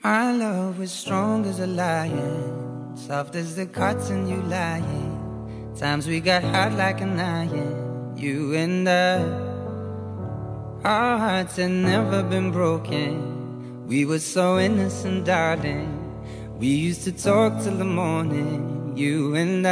My love was strong as a lion, soft as the cotton you lying. Times we got hot like an iron, you and I. Our hearts had never been broken. We were so innocent, darling. We used to talk till the morning, you and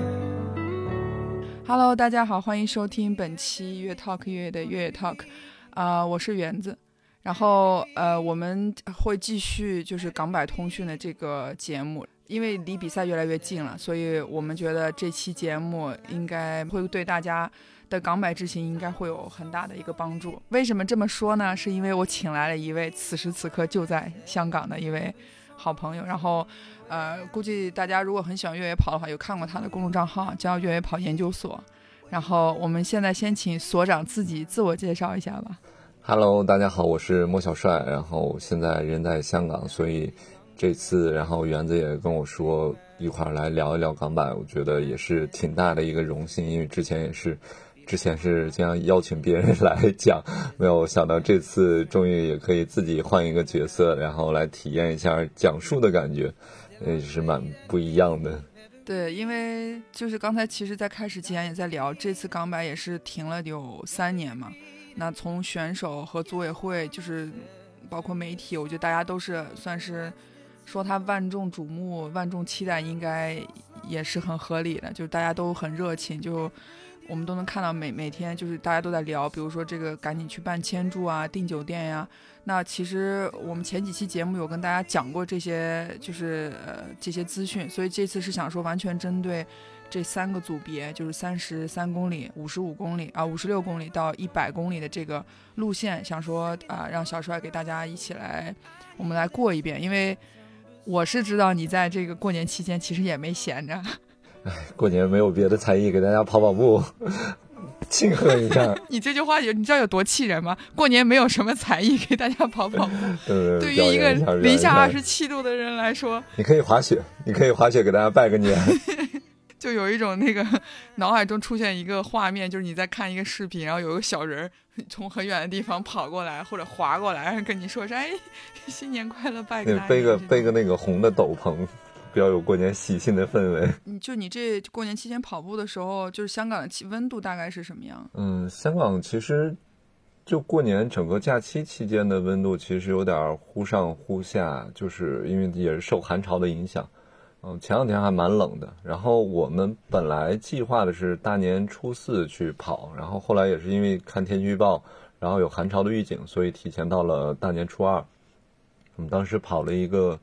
I。Hello， 大家好，欢迎收听本期越 Talk 越的越 Talk，我是园子。然后我们会继续就是港百通讯的这个节目，因为离比赛越来越近了，所以我们觉得这期节目应该会对大家的港百之行应该会有很大的一个帮助。为什么这么说呢？是因为我请来了一位此时此刻就在香港的一位好朋友，然后估计大家如果很喜欢越野跑的话，有看过他的公众账号叫越野跑研究所。然后我们现在先请所长自己自我介绍一下吧。 Hello， 大家好，我是莫小帅，然后现在人在香港，所以这次然后园子也跟我说一块来聊一聊港百，我觉得也是挺大的一个荣幸，因为之前是这样邀请别人来讲，没有想到这次终于也可以自己换一个角色，然后来体验一下讲述的感觉，也是蛮不一样的。 对，因为就是刚才其实在开始前也在聊，这次港百也是停了有3年嘛。那从选手和组委会，就是包括媒体，我觉得大家都是算是说他万众瞩目、万众期待，应该也是很合理的。就大家都很热情，就我们都能看到每天就是大家都在聊，比如说这个赶紧去办签注啊、订酒店呀。那其实我们前几期节目有跟大家讲过这些，就是这些资讯，所以这次是想说完全针对这3个组别，就是33公里、55公里啊、56公里到100公里的这个路线，想说让小帅给大家一起来，我们来过一遍。因为我是知道你在这个过年期间其实也没闲着。 过年没有别的才艺，给大家跑跑步，庆贺一下。 你这句话你知道有多气人吗？过年没有什么才艺，给大家跑跑步。对于一个零下27度的人来说， 你可以滑雪，给大家拜个年。 就有一种那个脑海中出现一个画面，就是你在看一个视频，然后有一个小人从很远的地方跑过来或者滑过来，跟你说哎，新年快乐，拜个大年， 背个那个红的斗篷，比较有过年喜庆的氛围。 你这过年期间跑步的时候，就是香港的温度大概是什么样？ 香港其实就过年整个假期期间的温度其实有点忽上忽下，就是因为也是受寒潮的影响。前2天还蛮冷的，然后我们本来计划的是大年初4去跑，然后后来也是因为看天气预报，然后有寒潮的预警，所以提前到了大年初2。我们当时跑了一个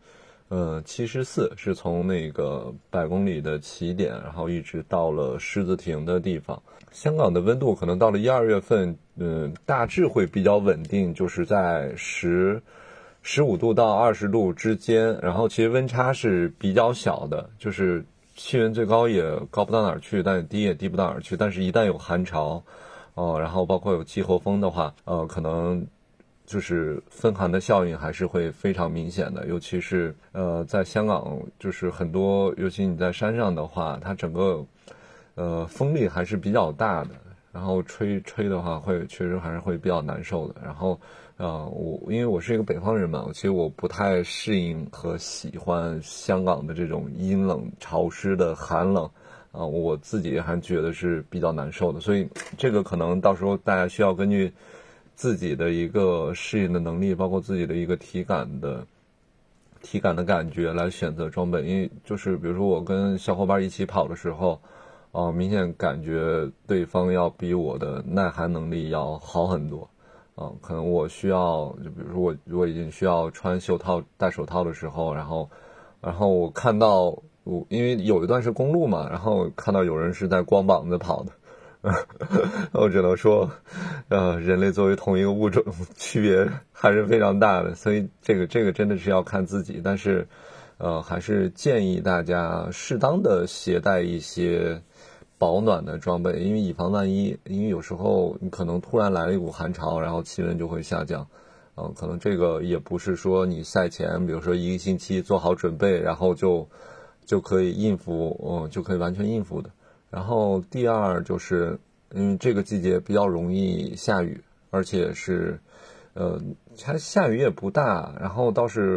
74，是从那个100公里的起点，然后一直到了狮子亭的地方。香港的温度可能到了1、2月份，大致会比较稳定，就是在15度到20度之间，然后其实温差是比较小的，就是气温最高也高不到哪儿去，但低也低不到哪儿去。但是一旦有寒潮，然后包括有季候风的话，可能就是风寒的效应还是会非常明显的。尤其是在香港，就是很多，尤其你在山上的话，它整个风力还是比较大的，然后吹的话确实还是会比较难受的。然后因为我是一个北方人嘛，其实我不太适应和喜欢香港的这种阴冷潮湿的寒冷我自己还觉得是比较难受的。所以这个可能到时候大家需要根据自己的一个适应的能力，包括自己的一个体感的感觉来选择装备。因为就是比如说我跟小伙伴一起跑的时候明显感觉对方要比我的耐寒能力要好很多。可能我需要，就比如说我已经需要穿袖套、戴手套的时候，然后我看到因为有一段是公路嘛，然后看到有人是在光膀子跑的，我只能说，人类作为同一个物种，区别还是非常大的，所以这个真的是要看自己，但是，还是建议大家适当的携带一些保暖的装备，因为以防万一，因为有时候你可能突然来了一股寒潮，然后气温就会下降。可能这个也不是说你赛前比如说1个星期做好准备，然后就可以应付，就可以完全应付的。然后第二就是因为这个季节比较容易下雨，而且是它下雨也不大，然后倒是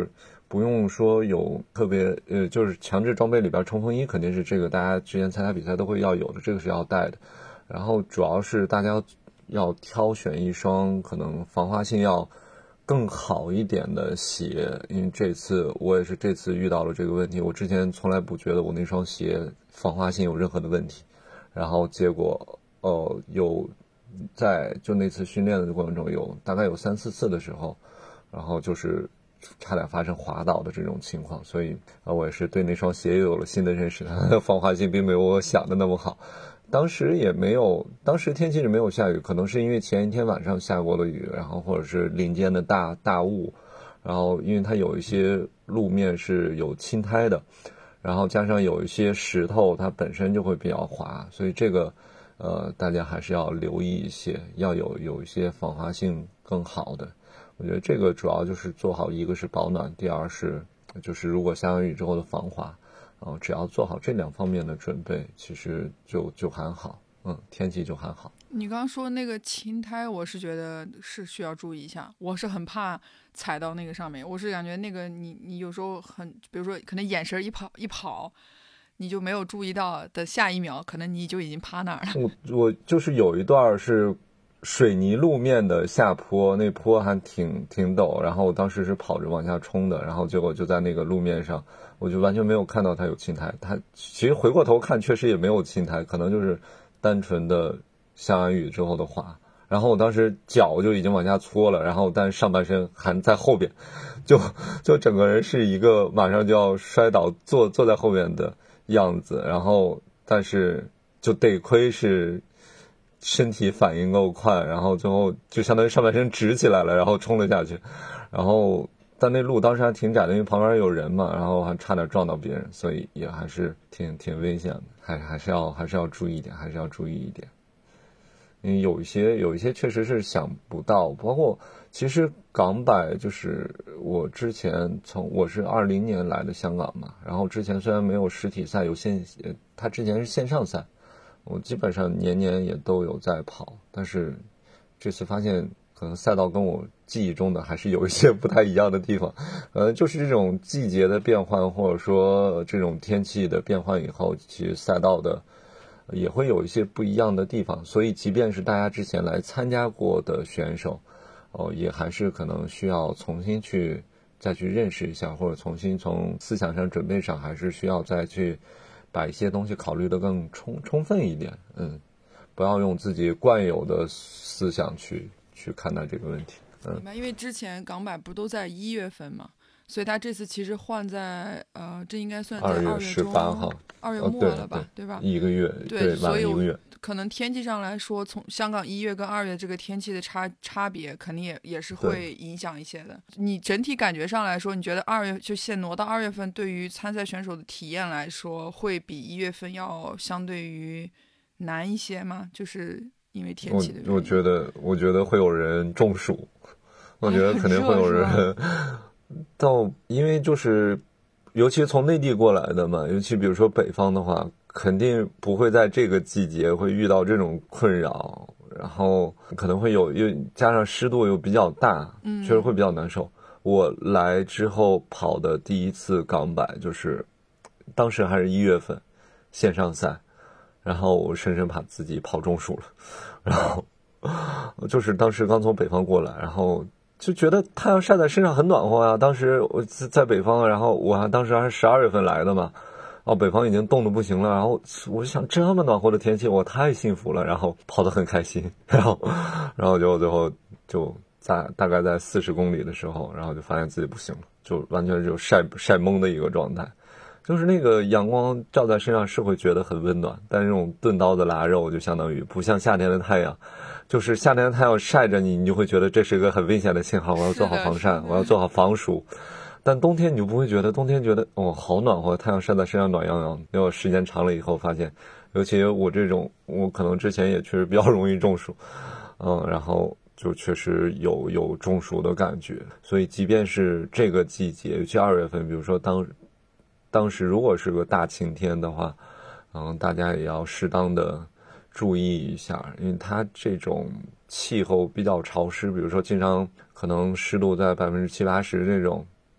不用说有特别就是强制装备里边冲锋衣肯定是这个大家之前参加比赛都会要有的，这个是要带的。然后主要是大家要挑选一双可能防滑性要更好一点的鞋，因为我也是这次遇到了这个问题，我之前从来不觉得我那双鞋防滑性有任何的问题，然后结果有就那次训练的过程中大概有3-4次的时候，然后就是差点发生滑倒的这种情况，所以我也是对那双鞋又有了新的认识，它的防滑性并没有我想的那么好。当时天气是没有下雨，可能是因为前一天晚上下过了雨，然后或者是林间的大雾，然后因为它有一些路面是有青苔的，然后加上有一些石头它本身就会比较滑，所以这个大家还是要留意一些，要有一些防滑性更好的。我觉得这个主要就是做好，一个是保暖，第二是就是如果下完雨之后的防滑，只要做好这2方面的准备，其实就还好，天气就还好。 你刚刚说那个青苔，我是觉得是需要注意一下，我是很怕踩到那个上面，我是感觉那个你有时候比如说可能眼神一跑，你就没有注意到的下一秒，可能你就已经趴那儿了。 我就是有一段是水泥路面的下坡，那坡还挺陡，然后我当时是跑着往下冲的，然后结果就在那个路面上，我就完全没有看到它有青苔，它其实回过头看确实也没有青苔，可能就是单纯的下完雨之后的滑。然后我当时脚就已经往下搓了，然后但是上半身还在后边，就整个人是一个马上就要摔倒坐在后面的样子，然后但是就得亏是身体反应够快，然后最后就相当于上半身直起来了，然后冲了下去，然后但那路当时还挺窄的，因为旁边有人嘛，然后还差点撞到别人，所以也还是挺危险的，还是要注意一点，因为有一些确实是想不到，包括其实港百就是我之前我是20年来的香港嘛，然后之前虽然没有实体赛，它之前是线上赛，我基本上年年也都有在跑，但是这次发现可能赛道跟我记忆中的还是有一些不太一样的地方，就是这种季节的变换，或者说这种天气的变换以后，其实赛道的也会有一些不一样的地方，所以即便是大家之前来参加过的选手，也还是可能需要重新再去认识一下，或者重新从思想上准备上，还是需要再去把一些东西考虑得更充分一点，不要用自己惯有的思想去看待这个问题。 明白，因为之前港百不都在1月份嘛，所以他这次其实换在这应该算在 2月18号 ，2月末了吧，对吧？ 一个月，对， 所以晚1个月。 可能天气上来说，从香港1月跟2月这个天气的差别，肯定也是会影响一些的。你整体感觉上来说，你觉得2月就现挪到2月份，对于参赛选手的体验来说，会比1月份要相对于难一些吗？就是因为天气的原因。 我觉得会有人中暑，我觉得肯定会有人因为就是尤其从内地过来的嘛，尤其比如说北方的话，肯定不会在这个季节会遇到这种困扰，然后可能会又加上湿度又比较大，确实会比较难受。我来之后跑的第一次港百，就是当时还是1月份线上赛，然后我深深把自己跑中暑了，然后就是当时刚从北方过来，然后就觉得太阳晒在身上很暖和呀。当时我在北方，然后当时还是12月份来的嘛，北方已经冻得不行了，然后我想这么暖和的天气我太幸福了，然后跑得很开心，然后就最后就大概在40公里的时候，然后就发现自己不行了，就完全就晒懵的一个状态。就是那个阳光照在身上是会觉得很温暖，但是这种钝刀的腊肉就相当于不像夏天的太阳，就是夏天的太阳晒着你就会觉得这是一个很危险的信号，我要做好防晒，我要做好防暑。但冬天你就不会觉得，冬天觉得好暖和，太阳晒在身上暖洋洋。因为我时间长了以后发现，尤其我这种，我可能之前也确实比较容易中暑，然后就确实有中暑的感觉。所以即便是这个季节，尤其2月份，比如说当时如果是个大晴天的话，大家也要适当的注意一下，因为它这种气候比较潮湿，比如说经常可能湿度在70-80%这种，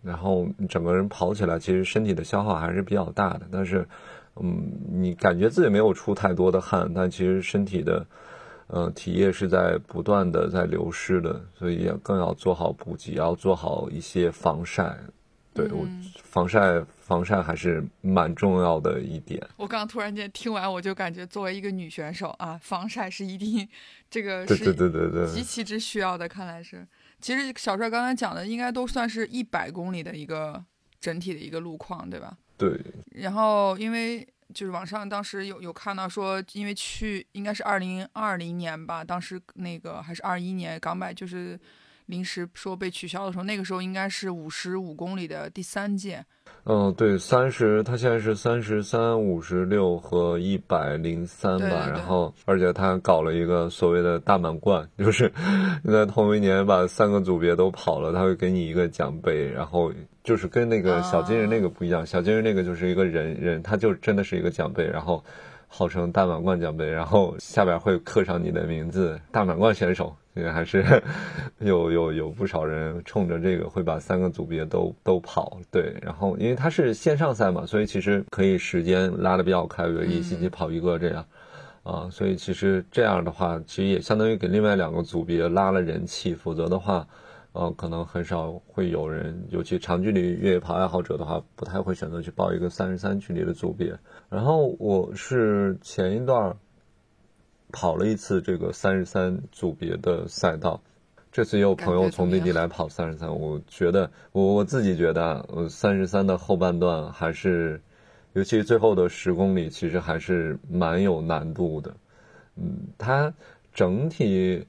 然后整个人跑起来其实身体的消耗还是比较大的，但是你感觉自己没有出太多的汗，但其实身体的体液是在不断的在流失的，所以也更要做好补给，要做好一些防晒。对，我防晒还是蛮重要的一点。 我刚突然间听完，我就感觉作为一个女选手啊，防晒是一定，这个是对极其之需要的。看来是，其实小帅刚才讲的应该都算是100公里的一个整体的一个路况，对吧？ 对。 然后因为就是网上当时有看到说，因为应该是2020年吧，当时那个还是21年港百就是临时说被取消的时候，那个时候应该是55公里的第3届。 对，30，它现在是33、56和103吧。 对， 然后，而且他搞了一个所谓的大满贯，就是你在同一年把3个组别都跑了，他会给你一个奖杯。然后就是跟那个小金人那个不一样，小金人那个就是一个人，他就真的是一个奖杯，然后号称大满贯奖杯，然后下边会刻上你的名字，大满贯选手。这个还是有不少人冲着这个会把3个组别都跑。对，然后因为它是线上赛嘛，所以其实可以时间拉得比较开，比如一星期跑一个这样所以其实这样的话，其实也相当于给另外2个组别拉了人气，否则的话可能很少会有人，尤其长距离越野跑爱好者的话，不太会选择去报一个33距离的组别。然后我是前一段跑了一次这个33组别的赛道，这次也有朋友从内地来跑33，我觉得我自己觉得33的后半段还是，尤其最后的10公里，其实还是蛮有难度的。它整体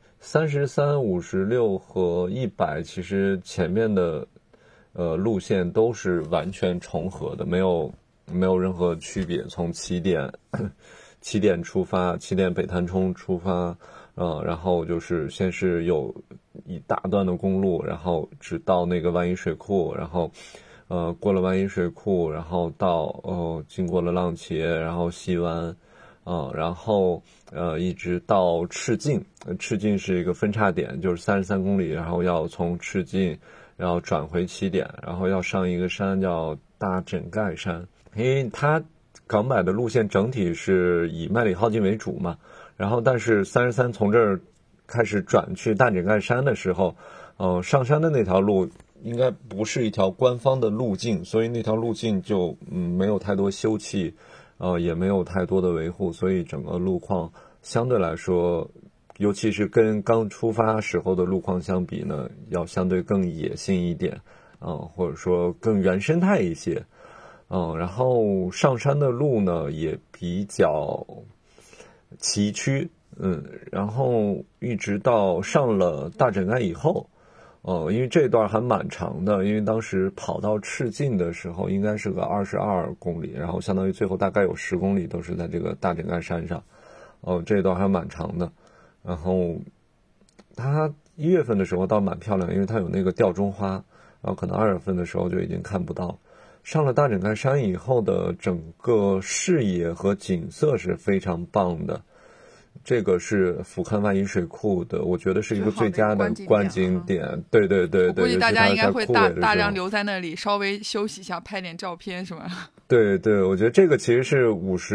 33、56和100，其实前面的路线都是完全重合的，没有任何区别。从起点出发，起点北潭冲出发，然后就是先是有一大段的公路，然后直到那个万宜水库，然后过了万宜水库，然后到经过了浪茄，然后西湾，然后一直到赤径，赤径是一个分叉点，就是33公里，然后要从赤径然后转回起点，然后要上一个山叫大枕盖山，因为它港百的路线整体是以麦理浩径为主嘛，然后但是33从这儿开始转去大枕盖山的时候，上山的那条路应该不是一条官方的路径，所以那条路径就没有太多修葺，也没有太多的维护，所以整个路况相对来说，尤其是跟刚出发时候的路况相比呢，要相对更野性一点，或者说更原生态一些。然后上山的路呢也比较崎岖，然后一直到上了大枕盖以后，因为这段还蛮长的，因为当时跑到赤径的时候应该是个22公里，然后相当于最后大概有10公里都是在这个大枕盖山上，这段还蛮长的。然后它1月份的时候倒蛮漂亮，因为它有那个吊钟花，然后可能2月份的时候就已经看不到。上了大枕盖山以后的整个视野和景色是非常棒的，这个是俯瞰万宜水库的，我觉得是一个最佳的观景点。对， 我估计大家应该会大量留在那里，稍微休息一下，拍点照片，是吗？ 对，我觉得这个其实是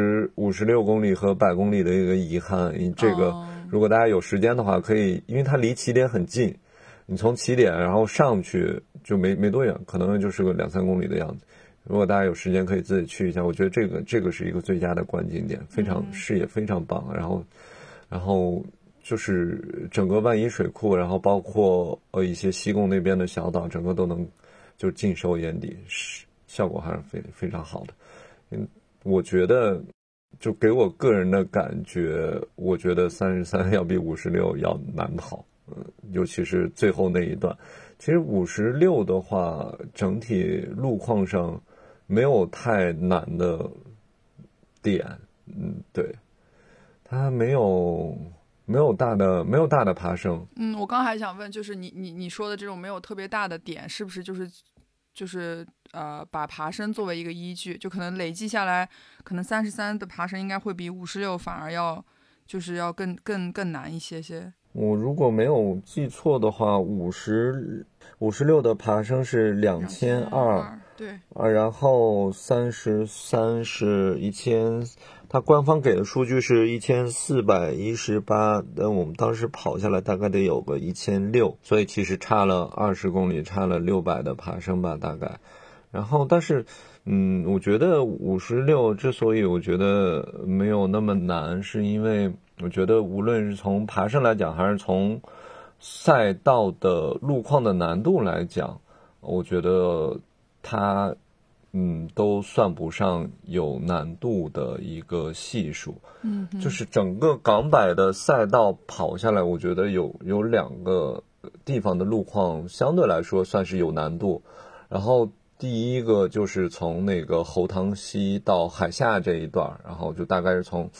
56公里和100公里的一个遗憾。这个如果大家有时间的话，可以，因为它离起点很近，你从起点然后上去就没多远，可能就是个2-3公里的样子。如果大家有时间可以自己去一下，我觉得这个是一个最佳的观景点，非常视野非常棒。然后就是整个万宜水库，然后包括一些西贡那边的小岛，整个都能就尽收眼底，效果还是非常好的。我觉得就给我个人的感觉，我觉得33要比56要难跑，尤其是最后那一段。其实56的话，整体路况上没有太难的点，对，它没有大的爬升。 我刚还想问，就是你说的这种没有特别大的点，是不是就是把爬升作为一个依据，就可能累计下来，可能33的爬升应该会比56反而要更难一些些。 我如果没有记错的话，56的爬升是2200， 对， 然后33是1000，它官方给的数据是1418，但我们当时跑下来大概得有个1600，所以其实差了20公里，差了600的爬升吧，大概。然后但是我觉得56之所以我觉得没有那么难，是因为我觉得无论是从爬升来讲，还是从赛道的路况的难度来讲，我觉得它都算不上有难度的一个系数。就是整个港百的赛道跑下来，我觉得有2个地方的路况相对来说算是有难度。然后第一个就是从那个侯塘溪到海下这一段，然后就大概是从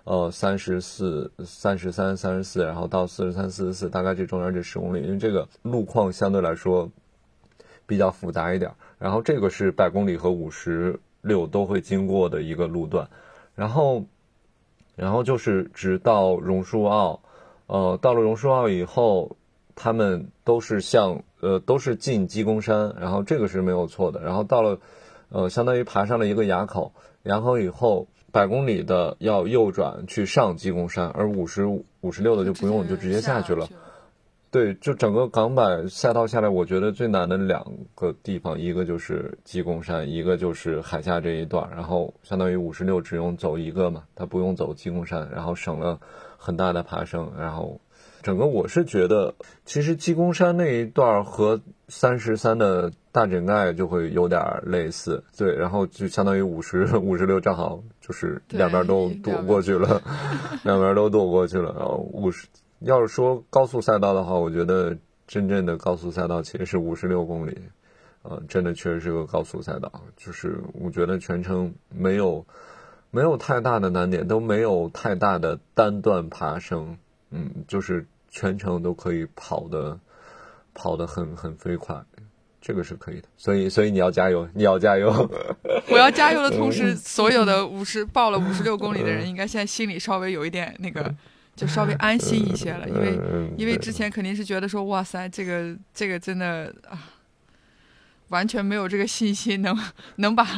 33、34，然后到43、44，大概这中间这10公里，因为这个路况相对来说比较复杂一点。然后这个是100公里和56都会经过的一个路段，然后就是直到榕树澳，到了榕树澳以后，他们都是都是进鸡公山，然后这个是没有错的。然后到了相当于爬上了一个垭口以后，100公里的要右转去上鸡公山，而56的就不用，就直接下去了。对，就整个港百赛道下来，我觉得最难的2个地方，一个就是鸡公山，一个就是海下这一段，然后相当于56只用走一个嘛，他不用走鸡公山，然后省了很大的爬升。然后整个我是觉得，其实鸡公山那一段和33的大井盖就会有点类似，对，然后就相当于56正好就是两边都躲过去了，两边都躲过去了，然后要是说高速赛道的话，我觉得真正的高速赛道其实是56公里，真的确实是个高速赛道。就是我觉得全程没有太大的难点，都没有太大的单段爬升，就是全程都可以跑得很飞快，这个是可以的。所以你要加油，你要加油。 我要加油的同时，所有的报了56公里的人，应该现在心里稍微有一点那个。就稍微安心一些了，因为之前肯定是觉得说，哇塞，这个真的完全没有这个信心能把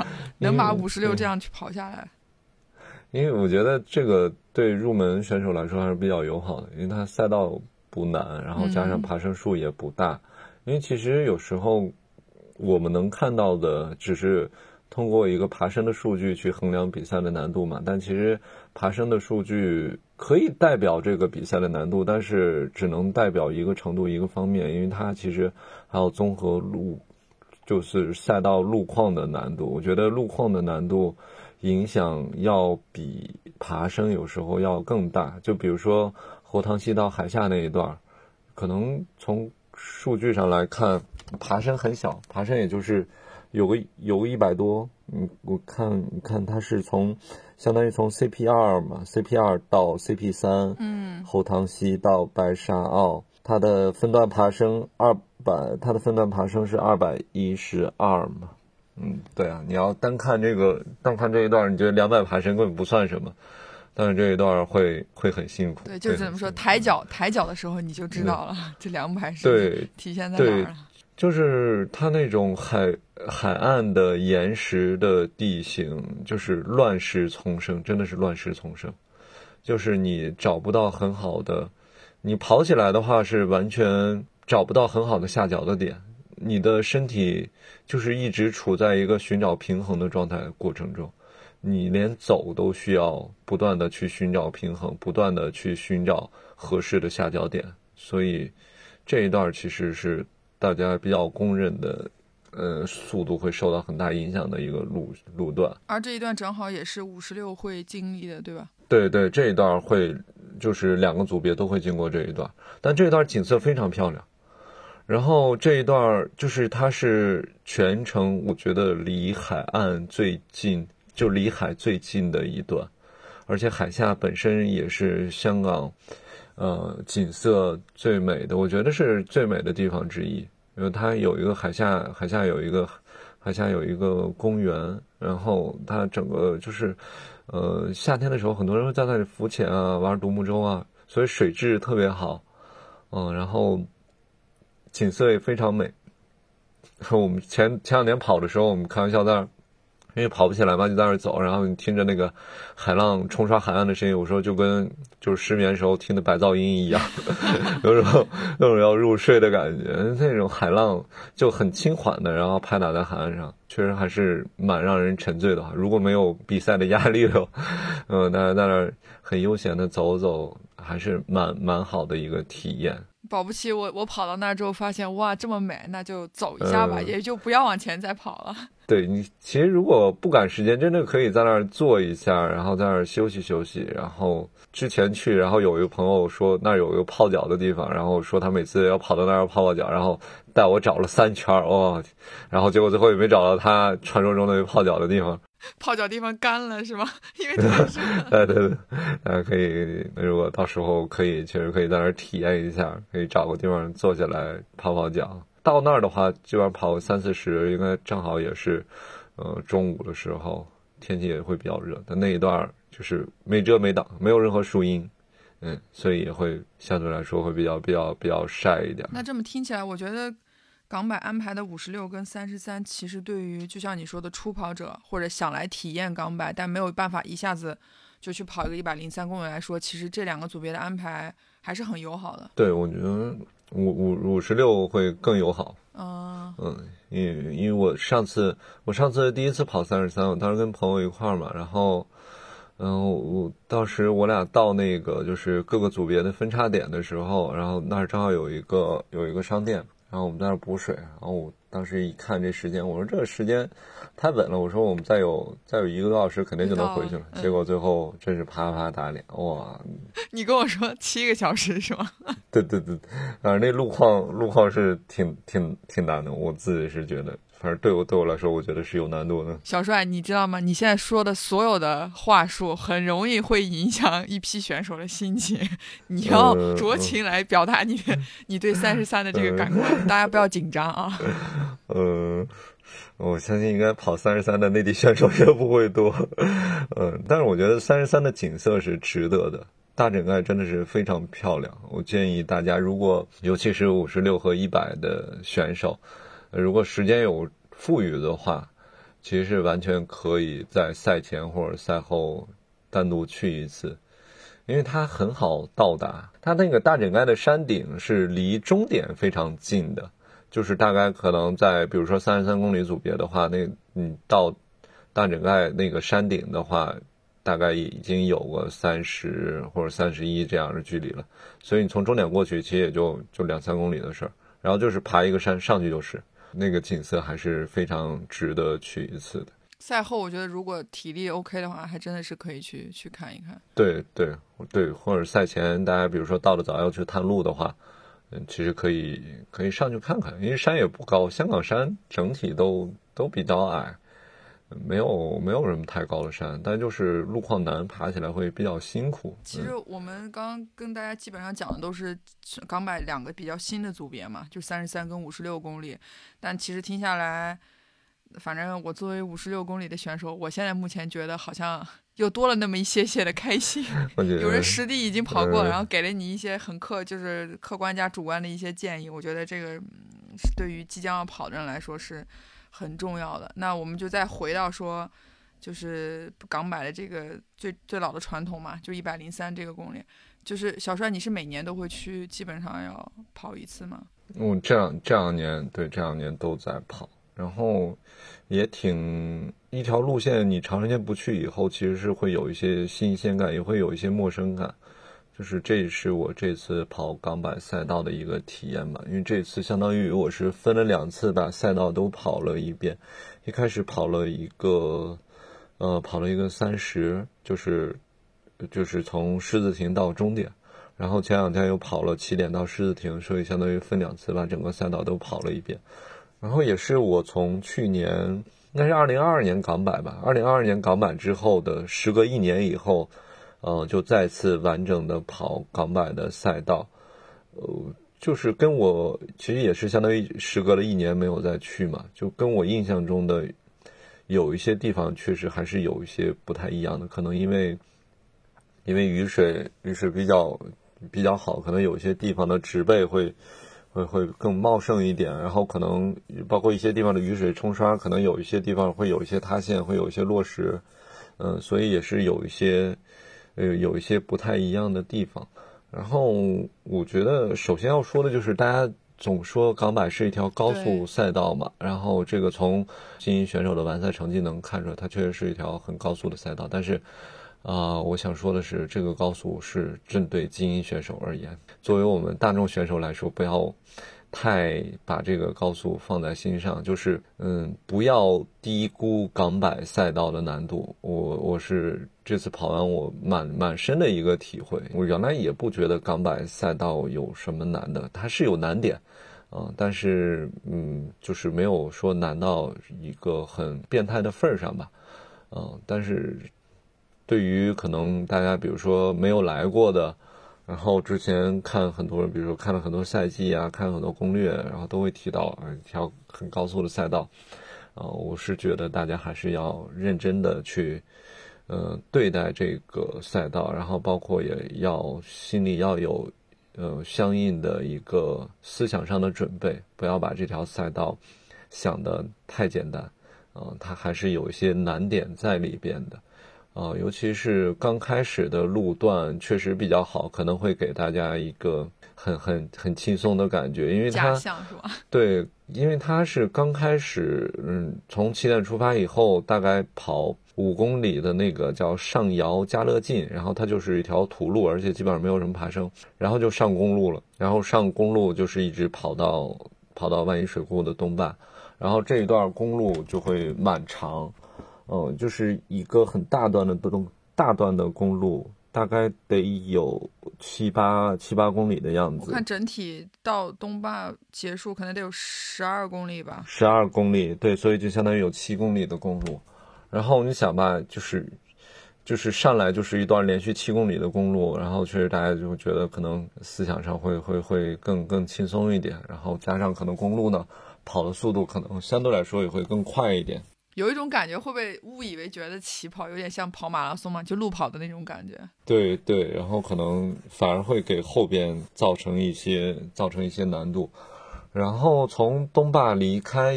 56这样去跑下来。 因为我觉得这个对入门选手来说还是比较友好的，因为它赛道不难，然后加上爬升数也不大。因为其实有时候我们能看到的只是通过一个爬升的数据去衡量比赛的难度嘛，但其实爬升的数据可以代表这个比赛的难度，但是只能代表一个程度一个方面，因为它其实还有综合就是赛道路况的难度。我觉得路况的难度影响要比爬升有时候要更大。就比如说侯塘溪到海下那一段，可能从数据上来看爬升很小，爬升也就是有个100多，我看它是相当于从 CP2 嘛 ，CP2 到 CP3，侯塘溪到白沙澳，它的分段爬升是212嘛，对啊，你要单看这一段，你觉得200爬升根本不算什么，但是这一段会很辛苦。 对，就是怎么说，抬脚的时候你就知道了，这200是体现在哪儿了。 就是它那种海岸的岩石的地形，就是乱石丛生，真的是乱石丛生。就是你找不到很好的，你跑起来的话是完全找不到很好的下脚的点，你的身体就是一直处在一个寻找平衡的状态过程中，你连走都需要不断的去寻找平衡，不断的去寻找合适的下脚点，所以这一段其实是大家比较公认的，速度会受到很大影响的一个路段。 而这一段正好也是56会经历的，对吧？ 对，这一段会就是2个组别都会经过这一段，但这一段景色非常漂亮。然后这一段就是它是全程我觉得离海岸最近，就离海最近的一段，而且海下本身也是香港景色最美的，我觉得是最美的地方之一。因为它有一个海下有一个公园，然后它整个就是夏天的时候很多人会在那里浮潜啊，玩独木舟啊，所以水质特别好。 然后景色也非常美。我们前两年跑的时候，我们开玩笑在那儿，因为跑不起来嘛，就在那儿走，然后你听着那个海浪冲刷海岸的声音，我说就跟就是失眠时候听的白噪音一样，有种要入睡的感觉。那种海浪就很轻缓的，然后拍打在海岸上，确实还是蛮让人沉醉的。如果没有比赛的压力的，大家在那儿很悠闲的走走，还是蛮好的一个体验。 保不齐我跑到那儿之后发现哇这么美，那就走一下吧，也就不要往前再跑了。 对，你其实如果不赶时间，真的可以在那儿坐一下，然后在那儿休息休息。然后之前去，然后有一个朋友说那儿有一个泡脚的地方，然后说他每次要跑到那儿泡脚，然后带我找了3圈，然后结果最后也没找到他传说中的泡脚的地方。 泡脚地方干了是吗？因为太热。 对，大家可以，如果到时候确实可以在那儿体验一下，可以找个地方坐下来泡脚。到那儿的话，基本上跑30-40，应该正好也是，中午的时候，天气也会比较热。但那一段就是没遮没挡，没有任何树荫，所以也会相对来说会比较晒一点。 那这么听起来，我觉得港百安排的56跟33，其实对于就像你说的初跑者或者想来体验港百但没有办法一下子就去跑一个103公里来说，其实这2个组别的安排还是很友好的。 对，我觉得56会更友好。因为我上次第一次跑33，我当时跟朋友一块儿嘛，然后我当时我俩到那个就是各个组别的分叉点的时候，然后那儿正好有一个商店，然后我们在那儿补水，然后我当时一看这时间，我说这个时间太稳了，我说我们再有1个多小时肯定就能回去了。结果最后真是啪啪打脸，哇！ 你跟我说7个小时是吗？ 对，那路况是挺难的，我自己是觉得，反正对我来说，我觉得是有难度的。 小帅，你知道吗？你现在说的所有的话术，很容易会影响一批选手的心情。你要酌情来表达你对33的这个感官，大家不要紧张啊。 我相信应该跑33的内地选手也不会多。但是我觉得33的景色是值得的。大整盖真的是非常漂亮，我建议大家，如果尤其是56和100的选手，如果时间有富裕的话，其实是完全可以在赛前或者赛后单独去一次，因为它很好到达。它那个大整盖的山顶是离终点非常近的，就是大概可能在比如说33公里组别的话，你到大整盖那个山顶的话，大概已经有个30或者31这样的距离了，所以你从终点过去其实也就2-3公里的事儿，然后就是爬一个山上去就是那个景色，还是非常值得去一次的。 赛后我觉得如果体力 OK 的话，还真的是可以去看一看。 对，或者赛前大家比如说到了早要去探路的话，其实可以上去看看，因为山也不高，香港山整体都比较矮。没有什么太高的山，但就是路况难，爬起来会比较辛苦。 其实我们刚刚跟大家基本上讲的都是港百2个比较新的组别嘛，就33跟56公里。但其实听下来，反正我作为56公里的选手，我现在目前觉得好像又多了那么一些的开心。有人实地已经跑过，然后给了你一些就是客观加主观的一些建议，我觉得这个对于即将要跑的人来说是很重要的。那我们就再回到说，就是港百的这个最老的传统嘛，就103这个公里。就是小帅，你是每年都会去，基本上要跑一次吗？ 这两年都在跑，然后也一条路线你长时间不去以后，其实是会有一些新鲜感，也会有一些陌生感。就是这是我这次跑港百赛道的一个体验吧，因为这次相当于我是分了2次把赛道都跑了一遍。一开始跑了一个30，就是从狮子亭到终点，然后前2天又跑了起点到狮子亭，所以相当于分2次把整个赛道都跑了一遍。然后也是我从去年应该是2022年港百吧，2022年港百之后的时隔1年以后，就再次完整的跑港百的赛道，就是跟我其实也是相当于时隔了1年没有再去嘛，就跟我印象中的有一些地方确实还是有一些不太一样的，可能因为雨水比比较好，可能有些地方的植被会更茂盛一点，然后可能包括一些地方的雨水冲刷，可能有一些地方会有一些塌陷，会有一些落石，所以也是有一些不太一样的地方。然后我觉得首先要说的就是大家总说港百是一条高速赛道嘛，然后这个从精英选手的完赛成绩能看出来，它确实是一条很高速的赛道，但是我想说的是，这个高速是针对精英选手而言，作为我们大众选手来说，不要太把这个高速放在心上，就是不要低估港百赛道的难度。我是这次跑完我蛮深的一个体会，我原来也不觉得港百赛道有什么难的，它是有难点但是就是没有说难到一个很变态的份儿上吧但是对于可能大家比如说没有来过的，然后之前看很多人，比如说看了很多赛季啊，看很多攻略，然后都会提到一条很高速的赛道我是觉得大家还是要认真的去对待这个赛道，然后包括也要心里要有相应的一个思想上的准备，不要把这条赛道想得太简单它还是有一些难点在里边的尤其是刚开始的路段确实比较好，可能会给大家一个很轻松的感觉，因为它假象是吧？ 对，因为它是刚开始从起点出发以后，大概跑5公里的那个叫上窑嘉乐径，然后它就是一条土路，而且基本上没有什么爬升，然后就上公路了，然后上公路就是一直跑到万宜水库的东半，然后这一段公路就会蛮长就是一个很大段的公路，大概得有七八公里的样子。 我看整体到东坝结束可能得有12公里吧。 12公里，对，所以就相当于有7公里的公路。然后你想吧，就是上来就是一段连续7公里的公路，然后确实大家就会觉得可能思想上会更轻松一点，然后加上可能公路呢跑的速度可能相对来说也会更快一点。 有一种感觉会被误以为觉得起跑有点像跑马拉松嘛，就路跑的那种感觉。 对对，然后可能反而会给后边造成一些难度。然后从东坝离开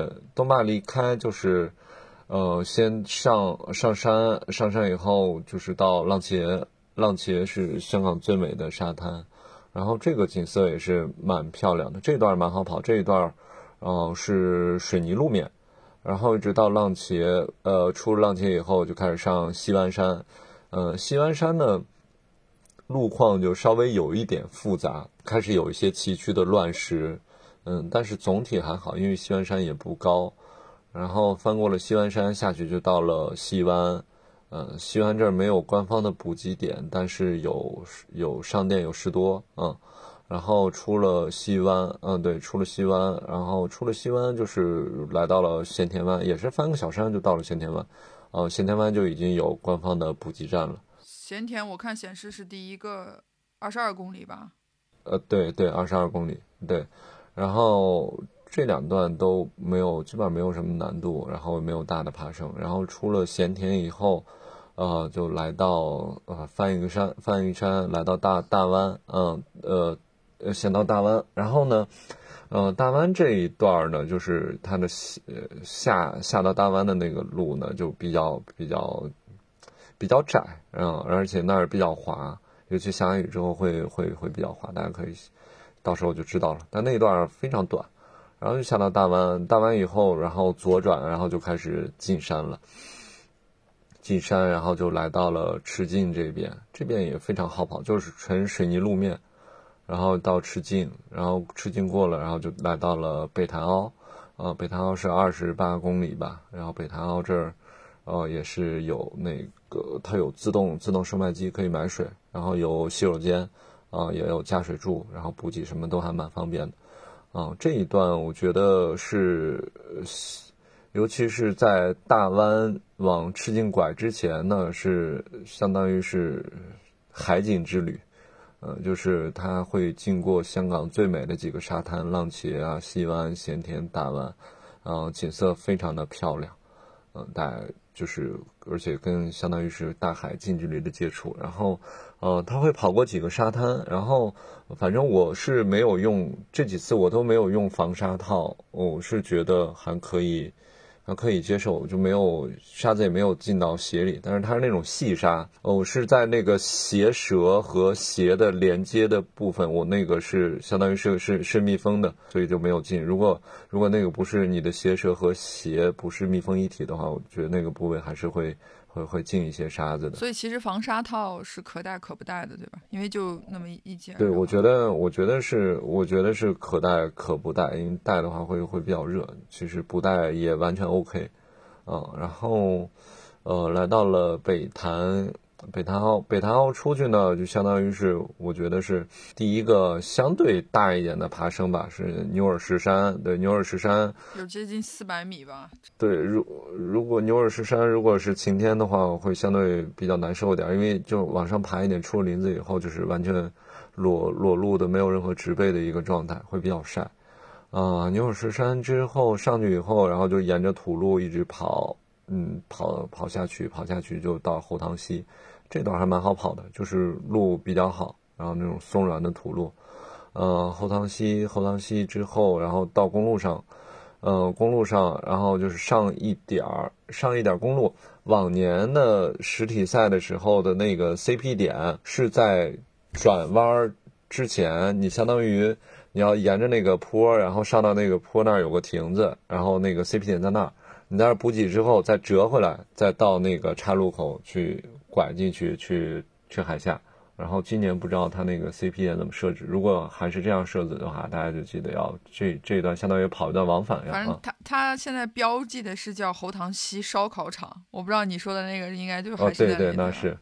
就是先上山以后就是到浪茄是香港最美的沙滩，然后这个景色也是蛮漂亮的，这段蛮好跑，这一段是水泥路面，然后一直到浪茄出了浪茄以后就开始上西湾山西湾山呢路况就稍微有一点复杂，开始有一些崎岖的乱石但是总体还好，因为西湾山也不高，然后翻过了西湾山下去就到了西湾西湾这儿没有官方的补给点，但是有商店有士多然后出了西湾出了西湾，然后出了西湾就是来到了咸田湾，也是翻个小山就到了咸田湾咸田湾就已经有官方的补给站了。 咸田我看显示是第一个22公里吧对22公里对，然后这两段都没有，基本上没有什么难度，然后没有大的爬升，然后出了咸田以后就来到翻一个山来到大湾先到大湾，然后呢大湾这一段呢就是它的下到大湾的那个路呢就比较窄而且那儿比较滑，尤其下完雨之后会比较滑，大家可以到时候就知道了，但那一段非常短，然后就下到大湾以后，然后左转，然后就开始进山了，然后就来到了赤径这边也非常好跑，就是纯水泥路面，然后到赤径，然后赤径过了，然后就来到了北潭凹北潭凹是28公里吧，然后北潭凹这儿也是有那个它有自动售卖机可以买水，然后有洗手间也有加水柱，然后补给什么都还蛮方便的这一段我觉得是尤其是在大湾往赤径拐之前呢是相当于是海景之旅就是它会经过香港最美的几个沙滩，浪茄西湾、咸田、大湾景色非常的漂亮大家就是而且跟相当于是大海近距离的接触，然后他会跑过几个沙滩，然后反正我是没有用，这几次我都没有用防沙套，我是觉得还可以接受，就没有沙子也没有进到鞋里，但是它是那种细沙，我是在那个鞋舌和鞋的连接的部分，我那个是相当于是密封的，所以就没有进。如果那个不是你的鞋舌和鞋不是密封一体的话，我觉得那个部位还是会进一些沙子的。 所以其实防沙套是可戴可不戴的，对吧？因为就那么一件。 对，我觉得是可戴可不戴，因为戴的话会比较热，其实不戴也完全 OK。然后来到了北潭澳出去呢，就相当于是我觉得是第一个相对大一点的爬升吧，是牛耳石山。对，牛耳石山有接近400米吧。 对，如果牛耳石山如果是晴天的话，会相对比较难受一点，因为就往上爬一点，出了林子以后就是完全裸露的，没有任何植被的一个状态，会比较晒。牛耳石山之后上去以后，然后就沿着土路一直跑下去就到后塘溪，这段还蛮好跑的，就是路比较好，然后那种松软的土路。后塘溪之后，然后到公路上，然后就是上一点公路。往年的实体赛的时候的那个 CP 点是在转弯之前，你相当于你要沿着那个坡，然后上到那个坡那儿有个亭子，然后那个 CP 点在那儿，你在那儿补给之后再折回来，再到那个岔路口去拐进去海下。然后今年不知道他那个 CP 点怎么设置，如果还是这样设置的话，大家就记得要这一段相当于跑一段往返呀。 反正他现在标记的是叫后塘溪烧烤场，我不知道你说的那个应该就还是那里。 对，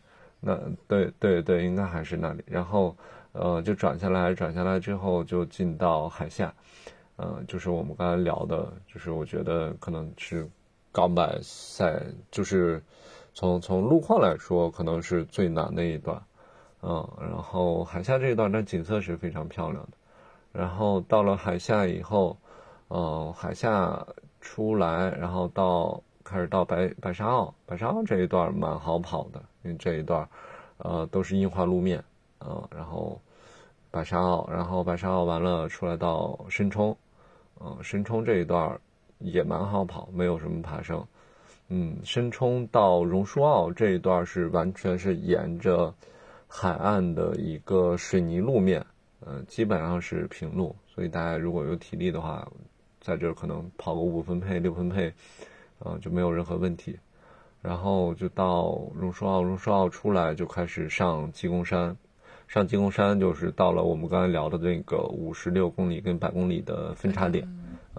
对，应该还是那里。然后就转下来之后就进到海下，就是我们刚才聊的，就是我觉得可能是港百赛，就是从路况来说可能是最难的一段。然后海下这一段，它景色是非常漂亮的。然后到了海下以后，海下出来，然后开始到白沙澳这一段蛮好跑的，因为这一段都是硬化路面，然后白沙澳完了出来到深冲，深冲这一段也蛮好跑，没有什么爬升。深冲到榕树澳这一段是完全是沿着海岸的一个水泥路面，基本上是平路，所以大家如果有体力的话，在这儿可能跑个5分配6分配，就没有任何问题。然后就到榕树澳出来就开始上鸡公山就是到了我们刚才聊的那个56公里跟100公里的分叉点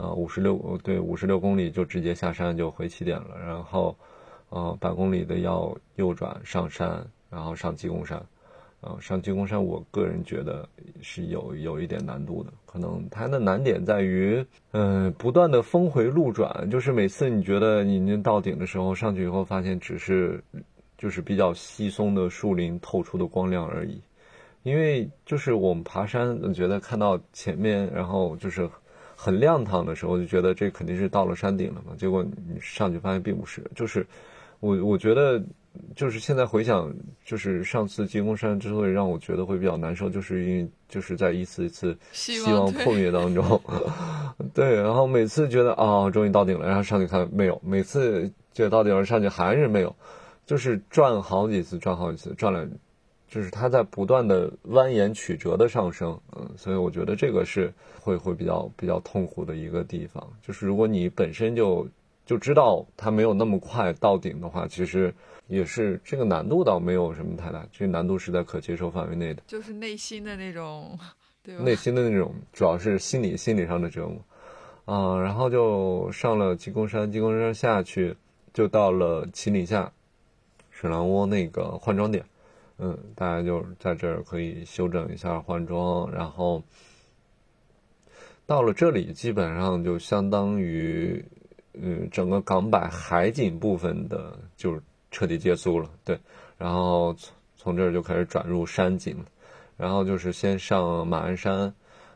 ，56公里就直接下山就回起点了，然后100公里的要右转上山，然后上鸡公山。上鸡公山我个人觉得是有一点难度的，可能它的难点在于不断的峰回路转，就是每次你觉得你已经到顶的时候，上去以后发现只是就是比较稀松的树林透出的光亮而已。因为就是我们爬山觉得看到前面然后就是很亮堂的时候，就觉得这肯定是到了山顶了嘛，结果你上去发现并不是。就是我觉得就是现在回想，就是上次鸡公山之所以让我觉得会比较难受，就是因为就是在一次希望破灭当中对，然后每次觉得终于到顶了，然后上去看没有，每次觉得到顶了上去还是没有，就是转好几次转了，就是它在不断的蜿蜒曲折的上升。所以我觉得这个是会比较痛苦的一个地方，就是如果你本身就知道它没有那么快到顶的话，其实也是这个难度倒没有什么太大，这个难度是在可接受范围内的， 就是内心的那种，对吧？ 内心的那种，主要是心理上的折磨。然后就上了鸡公山下去，就到了七里下水浪窝那个换装点。大家就在这儿可以休整一下换装，然后到了这里基本上就相当于整个港百海景部分的就彻底结束了。对，然后从这儿就开始转入山景了，然后就是先上马鞍山，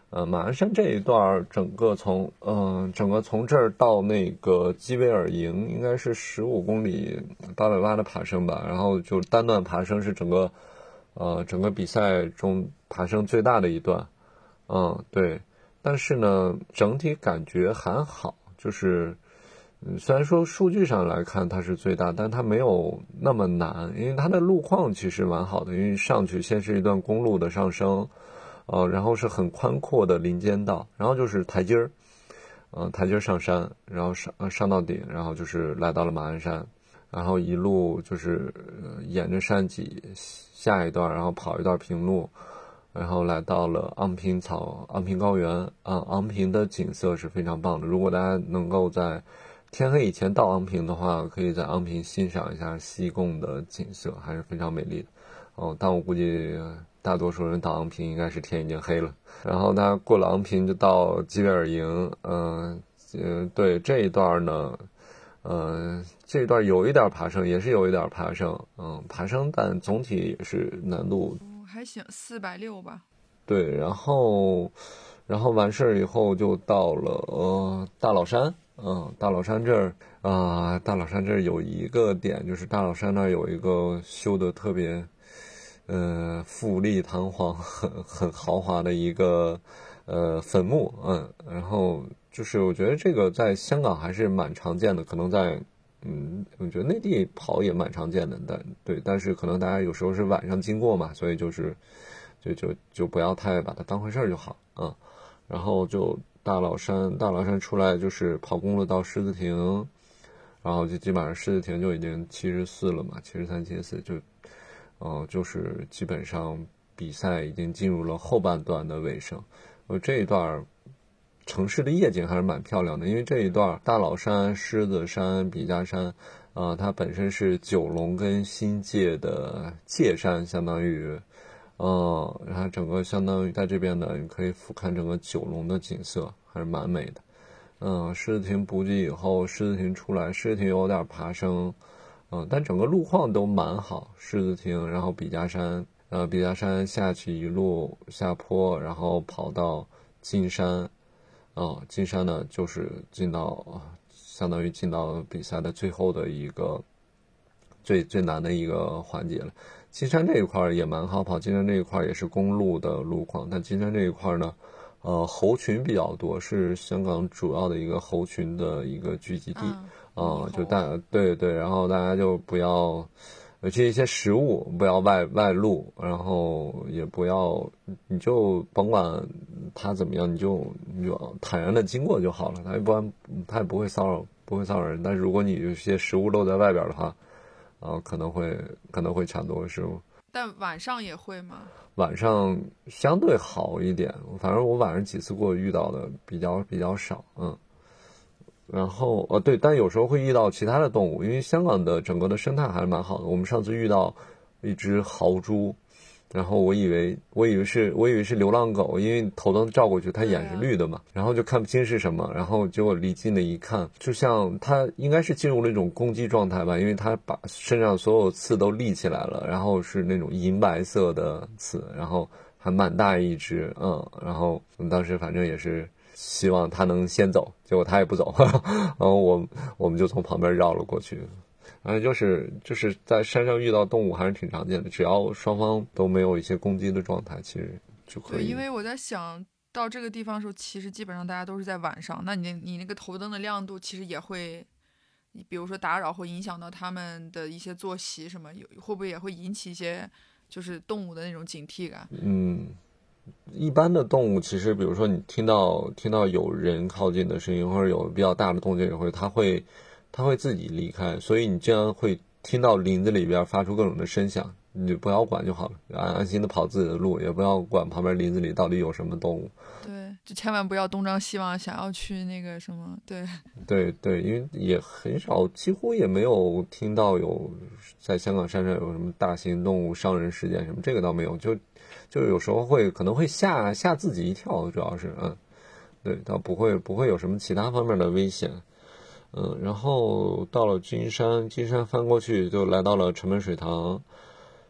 马鞍山这一段整个从这儿到那个基维尔营应该是15公里880的爬升吧，然后就单段爬升是整个比赛中爬升最大的一段，对，但是呢整体感觉还好，就是虽然说数据上来看它是最大，但它没有那么难，因为它的路况其实蛮好的，因为上去先是一段公路的上升，然后是很宽阔的林间道，然后就是台阶儿，台阶上山，然后上到顶，然后就是来到了马鞍山，然后一路就是沿着山脊下一段，然后跑一段平路，然后来到了昂坪高原昂坪的景色是非常棒的，如果大家能够在天黑以前到昂坪的话，可以在昂坪欣赏一下西贡的景色，还是非常美丽的。但我估计大多数人到昂坪应该是天已经黑了。然后他过了昂坪就到基维尔营，对这一段呢，这一段有一点爬升，也是有一点爬升，但总体也是难度还行，460吧。 对，然后完事儿以后就到了大老山。大老山这儿有一个点，就是大老山那儿有一个修的特别富丽堂皇很豪华的一个坟墓，然后就是我觉得这个在香港还是蛮常见的，可能在我觉得内地跑也蛮常见的，但是可能大家有时候是晚上经过嘛，所以就不要太把它当回事儿就好，然后就大老山出来就是跑公路到狮子亭，然后就基本上狮子亭就已经74了嘛，73、74就是基本上比赛已经进入了后半段的尾声。这一段城市的夜景还是蛮漂亮的，因为这一段大老山、狮子山、笔架山它本身是九龙跟新界的界山，相当于然后整个相当于在这边呢，你可以俯瞰整个九龙的景色，还是蛮美的。狮子亭补给以后，狮子亭出来，狮子亭有点爬升，但整个路况都蛮好。狮子亭，然后笔架山下去一路下坡，然后跑到金山，金山呢就是相当于进到比赛的最后的一个最难的一个环节了。金山这一块也蛮好跑，金山这一块也是公路的路况，但金山这一块呢，猴群比较多，是香港主要的一个猴群的一个聚集地，就对，然后大家就不要这一些食物不要外露，然后也不要，你就甭管它怎么样，你就坦然的经过就好了，它也不会骚扰人，但是如果你有些食物露在外边的话，可能会抢夺食物。 但晚上也会吗？ 晚上相对好一点，反正我晚上几次过遇到的比较少，然后对，但有时候会遇到其他的动物，因为香港的整个的生态还是蛮好的。我们上次遇到一只豪猪，然后我以为是流浪狗，因为头灯照过去它眼是绿的嘛，然后就看不清是什么，然后结果离近了一看，就像它应该是进入了一种攻击状态吧，因为它把身上所有刺都立起来了，然后是那种银白色的刺，然后还蛮大一只，然后我们当时反正也是希望它能先走，结果它也不走，然后我们就从旁边绕了过去。反正就是在山上遇到动物还是挺常见的，只要双方都没有一些攻击的状态，其实就可以。 对，因为我在想到这个地方的时候，其实基本上大家都是在晚上，那你那个头灯的亮度其实也会，比如说打扰或影响到他们的一些作息什么，会不会也会引起一些就是动物的那种警惕感？ 一般的动物其实，比如说你听到有人靠近的声音，或者有比较大的动静，它会自己离开，所以你这样会听到林子里边发出各种的声响，你就不要管就好了，安心的跑自己的路，也不要管旁边林子里到底有什么动物。 对，就千万不要东张西望，想要去那个什么。 对，因为也很少，几乎也没有听到有在香港山上有什么大型动物伤人事件什么，这个倒没有，就有时候可能会吓自己一跳，主要是对，倒不会有什么其他方面的危险。然后到了金山翻过去就来到了城门水塘。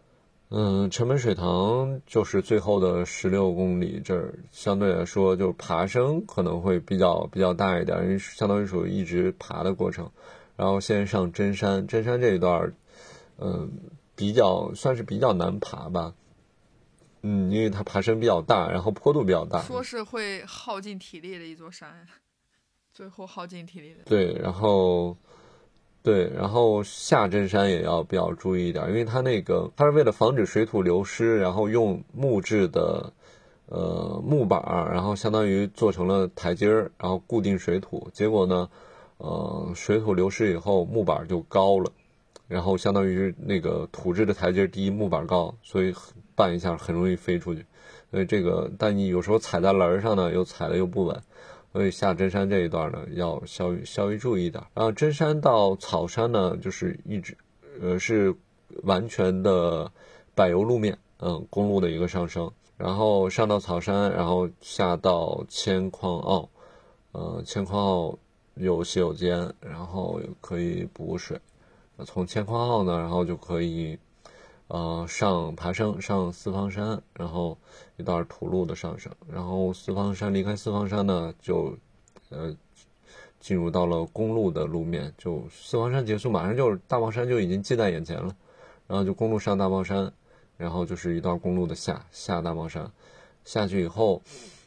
成本水塘就是最后的16公里，这儿相对来说就爬升可能会比较大一点，因为相当于属于一直爬的过程。然后先上真山这一段，算是比较难爬吧。因为它爬升比较大，然后坡度比较大， 说是会耗尽体力的一座山，最后耗尽体力的。 对，然后下真山也要比较注意一点，因为它是为了防止水土流失，然后用木质的木板，然后相当于做成了台阶儿，然后固定水土。结果呢，水土流失以后木板就高了，然后相当于那个土质的台阶低，木板高，所以绊一下很容易飞出去。所以但你有时候踩在棱上呢，又踩的又不稳。所以下真山这一段呢，要稍微注意一点。然后真山到草山呢，就是一直是完全的柏油路面，公路的一个上升。然后上到草山，然后下到千匡坳，千匡坳有洗手间，然后可以补水。从千匡坳呢，然后就可以爬升上四方山，然后一段土路的上升，然后离开四方山呢，就进入到了公路的路面，就四方山结束，马上就是大帽山就已经近在眼前了，然后就公路上大帽山，然后就是一段公路的下大帽山，下去以后，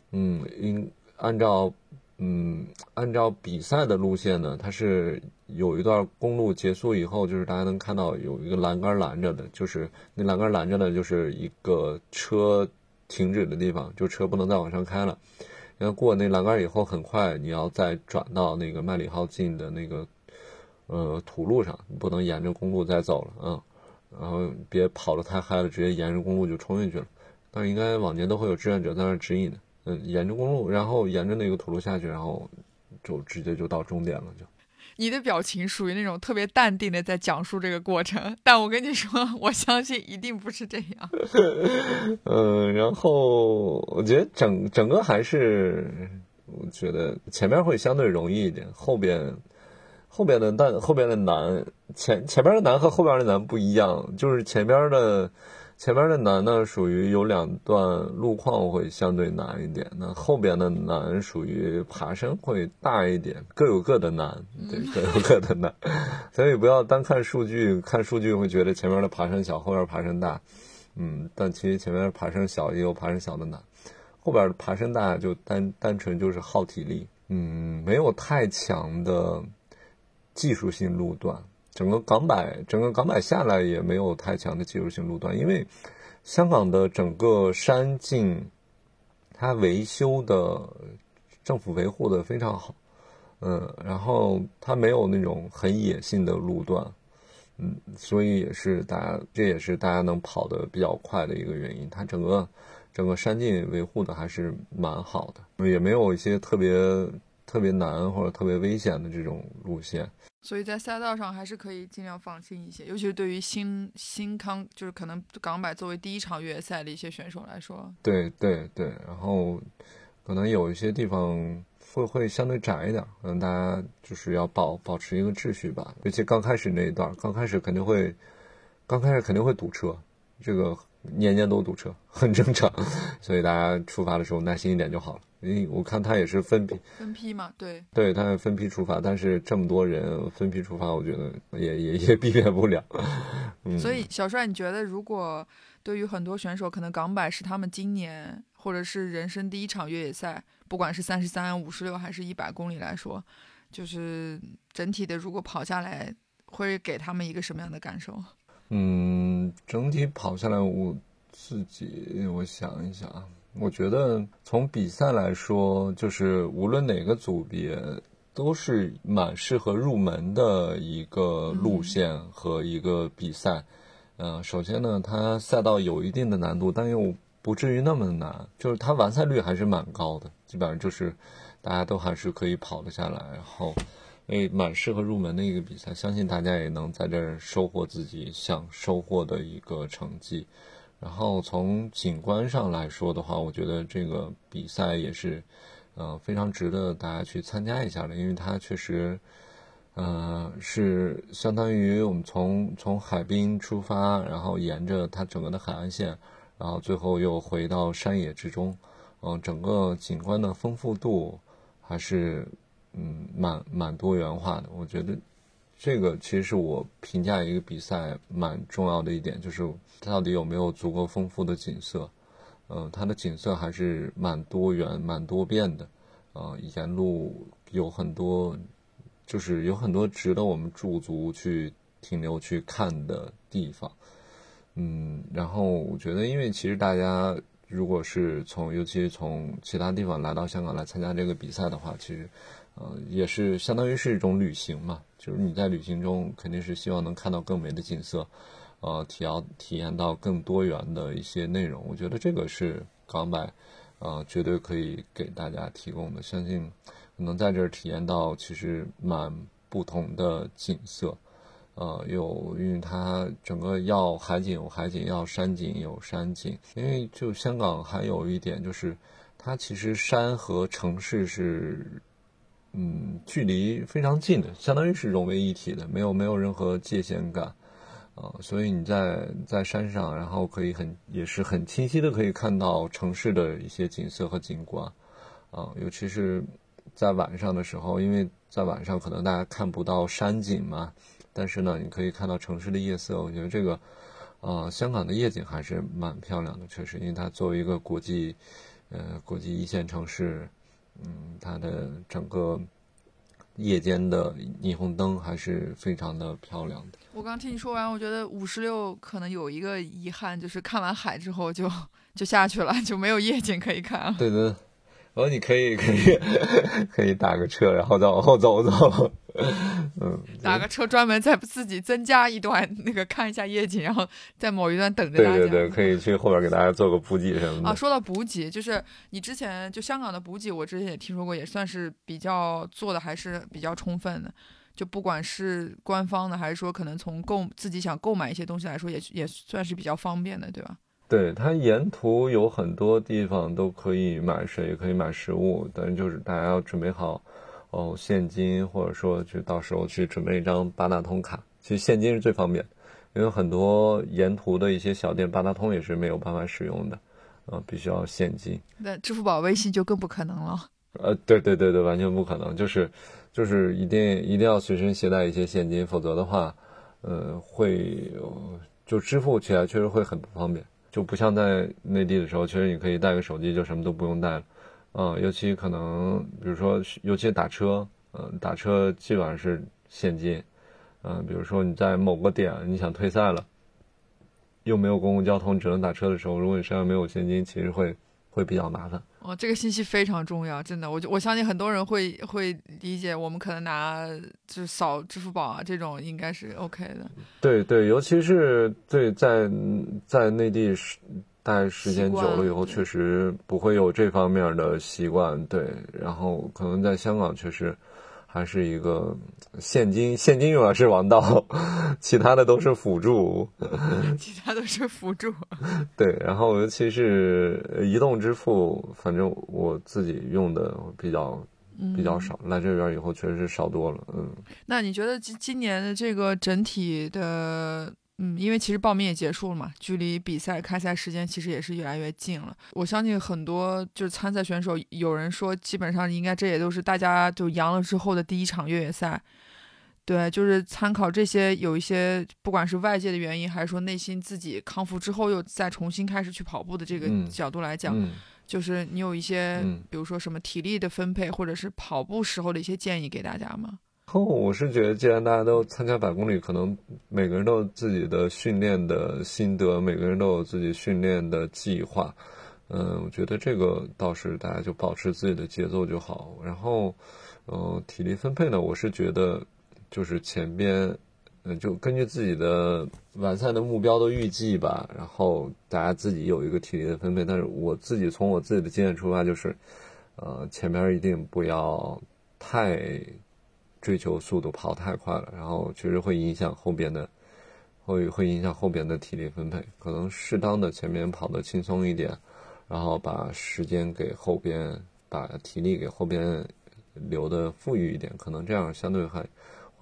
按照比赛的路线呢，它是有一段公路结束以后，就是大家能看到有一个栏杆拦着的，就是那栏杆拦着的就是一个车停止的地方，就车不能再往上开了。然后过那栏杆以后，很快你要再转到那个麦理浩径的那个土路上，你不能沿着公路再走了然后别跑得太嗨了，直接沿着公路就冲进去了。但是应该往年都会有志愿者在那指引的。沿着公路，然后沿着那个土路下去，然后就直接就到终点了。 你的表情属于那种特别淡定的在讲述这个过程，但我跟你说，我相信一定不是这样。 然后我觉得整个还是，我觉得前面会相对容易一点，后边的难，前边的难和后边的难不一样，就是前边的难呢，属于有2段路况会相对难一点，那后边的难属于爬升会大一点，各有各的难，对，各有各的难。所以不要单看数据会觉得前面的爬升小，后边爬升大，但其实前面的爬升小也有爬升小的难，后边的爬升大就单纯就是耗体力，没有太强的技术性路段。整个港百下来也没有太强的技术性路段，因为香港的整个山径，它维修的政府维护的非常好，然后它没有那种很野性的路段，所以这也是大家能跑得比较快的一个原因。它整个山径维护的还是蛮好的，也没有一些特别难或者特别危险的这种路线。 所以在赛道上还是可以尽量放心一些，尤其是对于新康，就是可能港百作为第一场越野赛的一些选手来说。对， 然后可能有一些地方会相对窄一点，大家就是要保持一个秩序吧。尤其刚开始那一段，刚开始肯定会堵车，这个年都堵车，很正常。所以大家出发的时候耐心一点就好了。因为我看他也是分批嘛，对， 他是分批出发，但是这么多人分批出发，我觉得也避免不了。 所以小帅，你觉得如果对于很多选手，可能港百是他们今年或者是人生第一场越野赛，不管是33、56还是100公里来说，就是整体的如果跑下来，会给他们一个什么样的感受？ 整体跑下来，我想一想啊。我觉得从比赛来说，就是无论哪个组别都是蛮适合入门的一个路线和一个比赛。首先呢，它赛道有一定的难度，但又不至于那么难，就是它完赛率还是蛮高的，基本上就是大家都还是可以跑得下来，然后蛮适合入门的一个比赛，相信大家也能在这儿收获自己想收获的一个成绩。然后从景观上来说的话，我觉得这个比赛也是非常值得大家去参加一下的，因为它确实是相当于我们从海滨出发，然后沿着它整个的海岸线，然后最后又回到山野之中，整个景观的丰富度还是蛮多元化的。我觉得这个其实是我评价一个比赛蛮重要的一点，就是它到底有没有足够丰富的景色。它的景色还是蛮多元、蛮多变的。沿路有很多值得我们驻足去停留去看的地方。然后我觉得，因为其实大家如果是尤其是从其他地方来到香港来参加这个比赛的话，其实也是相当于是一种旅行嘛，就是你在旅行中肯定是希望能看到更美的景色，体验到更多元的一些内容。我觉得这个是港百绝对可以给大家提供的，相信能在这儿体验到其实蛮不同的景色。因为它整个要海景有海景，要山景有山景。因为就香港还有一点就是，它其实山和城市是距离非常近的，相当于是融为一体的，没有任何界限感。所以你在山上，然后也是很清晰的可以看到城市的一些景色和景观。尤其是在晚上的时候，因为在晚上可能大家看不到山景嘛，但是呢，你可以看到城市的夜色。我觉得这个，香港的夜景还是蛮漂亮的，确实，因为它作为一个国际一线城市，它的整个夜间的霓虹灯还是非常的漂亮的。 我刚听你说完，我觉得56可能有一个遗憾，就是看完海之后就下去了，就没有夜景可以看了。 对的，然后你可以打个车，然后再往后走。 打个车专门再自己增加一段那个看一下夜景，然后在某一段等着大家。 对，可以去后边给大家做个补给什么的。 说到补给，就是你之前就香港的补给，我之前也听说过，也算是比较做的还是比较充分的。就不管是官方的，还是说可能从自己想购买一些东西来说，也算是比较方便的，对吧？ 对，它沿途有很多地方都可以买水，也可以买食物，但是就是大家要准备好现金，或者说就到时候去准备一张八达通卡。其实现金是最方便的，因为很多沿途的一些小店八达通也是没有办法使用的，必须要现金。 那支付宝、微信就更不可能了。 对，完全不可能，就是一定要随身携带一些现金，否则的话，就支付起来确实会很不方便。就不像在内地的时候，确实你可以带个手机就什么都不用带了。尤其可能比如说，尤其打车，打车基本上是现金。比如说你在某个点你想退赛了，又没有公共交通，只能打车的时候，如果你身上没有现金，其实会比较麻烦。 这个信息非常重要，真的，我相信很多人会理解，我们可能拿就是扫支付宝啊这种应该是 OK 的。 对，尤其是在内地待时间久了以后，确实不会有这方面的习惯。对，然后可能在香港确实还是一个现金永远是王道，其他的都是辅助。对，然后尤其是移动支付，反正我自己用的比较少，来这边以后确实是少多了。 那你觉得今年的这个整体的因为其实报名也结束了嘛，距离比赛开赛时间其实也是越来越近了。我相信很多就是参赛选手，有人说基本上应该这也都是大家就阳了之后的第一场越野赛。对，就是参考这些，有一些不管是外界的原因，还是说内心自己康复之后又再重新开始去跑步的这个角度来讲，就是你有一些比如说什么体力的分配，或者是跑步时候的一些建议给大家吗？ 我是觉得既然大家都参加100公里，可能每个人都有自己的训练的心得，每个人都有自己训练的计划。我觉得这个倒是大家就保持自己的节奏就好。然后体力分配呢，我是觉得就是前边就根据自己的完赛的目标的预计吧，然后大家自己有一个体力的分配。但是从我自己的经验出发，就是前边一定不要太追求速度，跑太快了，然后确实会影响后边的体力分配。可能适当的前面跑得轻松一点，然后把时间给后边，把体力给后边留的富裕一点，可能这样相对会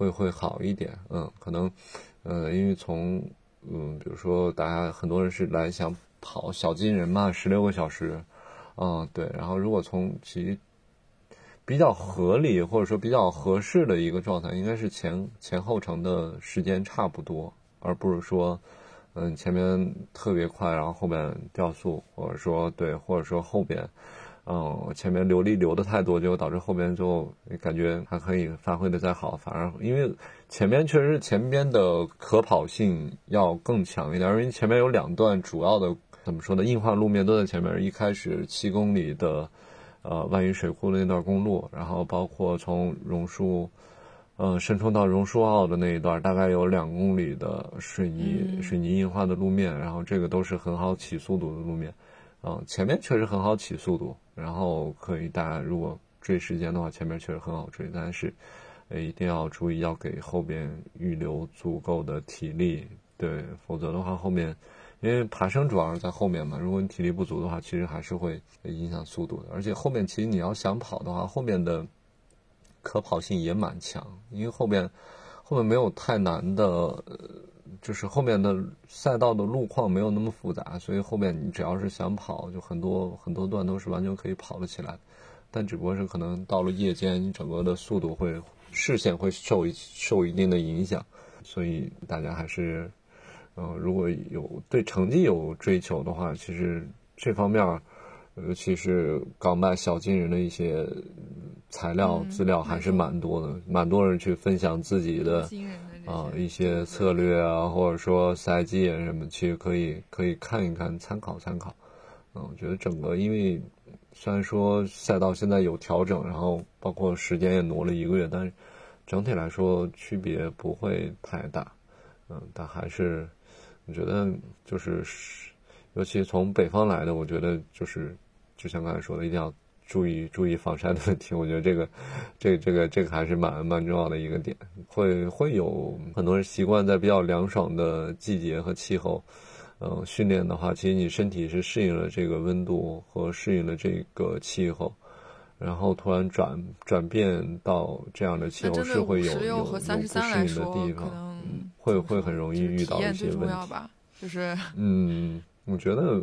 会好一点。可能因为从比如说大家很多人是来想跑小金人嘛，16个小时，对，然后如果从其比较合理或者说比较合适的一个状态，应该是前后程的时间差不多，而不是说前面特别快，然后后面掉速，或者说后边前面流力流的太多，结果导致后边就感觉还可以发挥的再好，反而因为前边确实前边的可跑性要更强一点，因为前面有2段主要的怎么说呢，硬化路面都在前面，一开始7公里的万宜水库的那段公路，然后包括从榕树深冲到榕树澳的那一段，大概有2公里的水泥硬化的路面，然后这个都是很好起速度的路面，前面确实很好起速度，然后可以大家如果追时间的话，前面确实很好追，但是一定要注意要给后边预留足够的体力，对，否则的话后面因为爬升主要是在后面嘛，如果你体力不足的话，其实还是会影响速度的，而且后面其实你要想跑的话，后面的可跑性也蛮强，因为后面没有太难的就是后面的赛道的路况没有那么复杂，所以后面你只要是想跑，就很多段都是完全可以跑得起来，但只不过是可能到了夜间，你整个的速度视线会受一定的影响，所以大家还是如果有对成绩有追求的话，其实这方面尤其是港版小金人的一些材料资料还是蛮多的，蛮多人去分享自己的一些策略啊，或者说赛季啊什么，其实可以看一看，参考。我觉得整个因为虽然说赛道现在有调整，然后包括时间也挪了1个月，但是整体来说区别不会太大。但还是我觉得就是尤其从北方来的，我觉得就是就像刚才说的，一定要注意防晒的问题。我觉得这个还是蛮重要的一个点。会有很多人习惯在比较凉爽的季节和气候，训练的话，其实你身体是适应了这个温度和适应了这个气候，然后突然转变到这样的气候是会有不适应的地方，会很容易遇到一些问题。 就是我觉得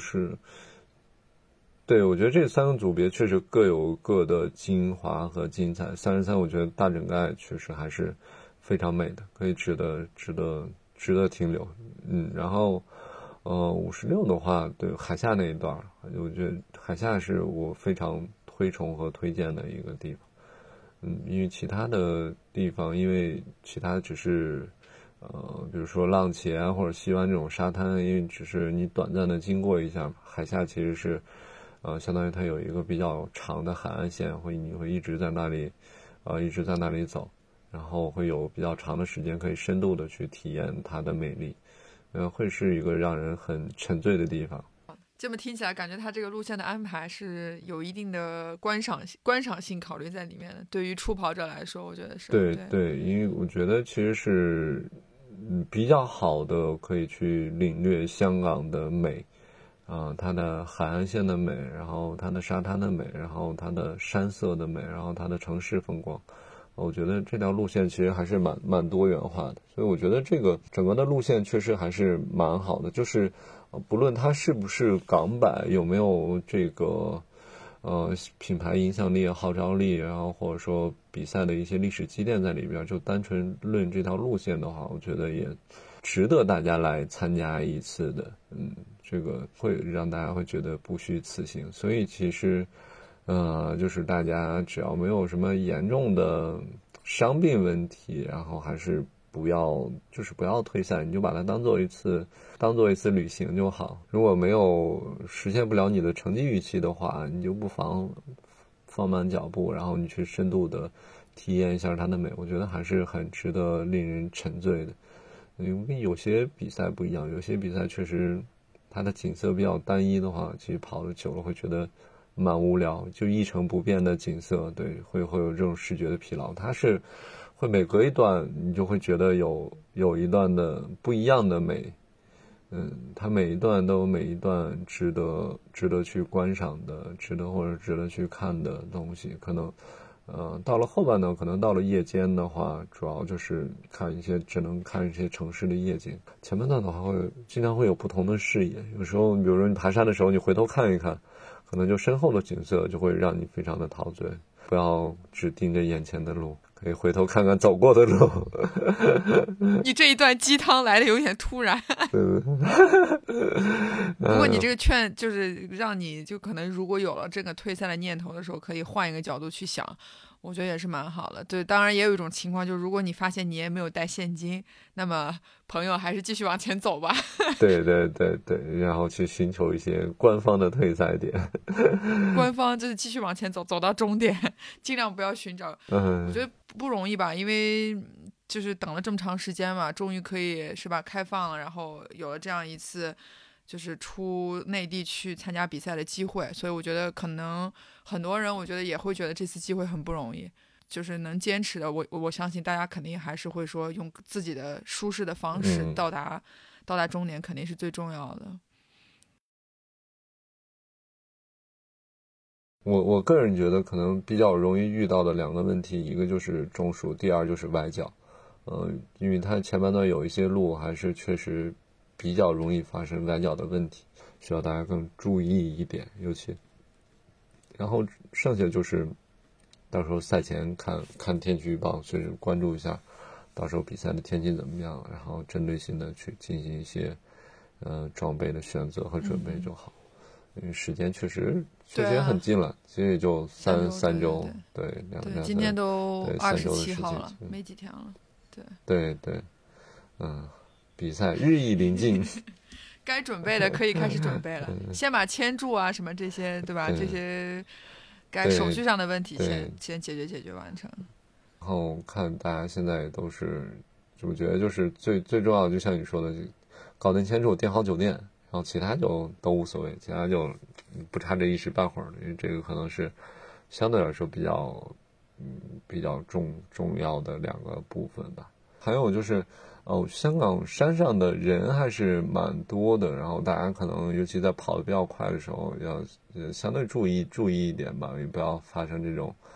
对，我觉得这3个组别确实各有各的精华和精彩。33我觉得大整盖确实还是非常美的，可以值得停留。然后56的话，对海下那一段，我觉得海下是我非常推崇和推荐的一个地方。因为其他的地方，因为其他只是比如说浪茄啊或者西湾这种沙滩，因为只是你短暂的经过一下，海下其实是相当于它有一个比较长的海岸线，你会一直在那里走，然后会有比较长的时间可以深度的去体验它的美丽，会是一个让人很沉醉的地方。 这么听起来，感觉它这个路线的安排是有一定的观赏性考虑在里面的。对于初跑者来说，我觉得是对，因为我觉得其实是比较好的，可以去领略香港的美它的海岸线的美，然后它的沙滩的美，然后它的山色的美，然后它的城市风光。我觉得这条路线其实还是蛮多元化的，所以我觉得这个整个的路线确实还是蛮好的。就是不论它是不是港版，有没有这个品牌影响力、号召力，然后或者说比赛的一些历史积淀在里边，就单纯论这条路线的话，我觉得也值得大家来参加一次的。这个会让大家会觉得不虚此行。所以其实就是大家只要没有什么严重的伤病问题，然后还是不要退赛，你就把它当做一次旅行就好。如果没有实现不了你的成绩预期的话，你就不妨放慢脚步，然后你去深度的体验一下它的美，我觉得还是很值得令人沉醉的。因为有些比赛不一样，有些比赛确实它的景色比较单一的话，其实跑得久了会觉得蛮无聊，就一成不变的景色，对，会有这种视觉的疲劳。它是会每隔一段你就会觉得有一段的不一样的美。它每一段都有每一段值得去观赏的，值得去看的东西。可能到了后半段，可能到了夜间的话，主要就是只能看一些城市的夜景。前半段的话经常会有不同的视野，有时候比如说你爬山的时候，你回头看一看，可能就身后的景色就会让你非常的陶醉。不要只盯着眼前的路，可以回头看看走过的路。 你这一段鸡汤来的有点突然。不过你这个劝就是让你就可能如果有了这个退赛的念头的时候，可以换一个角度去想，我觉得也是蛮好的。对，当然也有一种情况，就是如果你发现你也没有带现金，那么朋友还是继续往前走吧。 对，然后去寻求一些官方的退赛点。 官方就是继续往前走，走到终点，尽量不要寻找。我觉得不容易吧，因为就是等了这么长时间嘛，终于可以是吧开放了，然后有了这样一次就是出内地去参加比赛的机会，所以我觉得可能很多人我觉得也会觉得这次机会很不容易，就是能坚持的，我相信大家肯定还是会说用自己的舒适的方式到达终点，肯定是最重要的。 我个人觉得可能比较容易遇到的两个问题，一个就是中暑，第二就是崴脚。因为它前半段有一些路还是确实比较容易发生崴脚的问题，需要大家更注意一点，尤其。然后剩下就是到时候赛前看天气预报，随时关注一下到时候比赛的天气怎么样，然后针对性的去进行一些装备的选择和准备就好。因为时间确实很近了，其实也就三周，对， 今天都27号了，没几天了， 对，比赛日益临近， 该准备的可以开始准备了，先把签注啊什么这些，对吧？这些该手续上的问题先解决完成。 然后看大家现在都是，我觉得就是最重要的，就像你说的，搞定签注，订好酒店。然后其他就都无所谓，其他就不差这一时半会儿的，因为这个可能是相对来说比较重要的两个部分吧。还有就是香港山上的人还是蛮多的，然后大家可能尤其在跑得比较快的时候要相对注意一点吧，也不要发生这种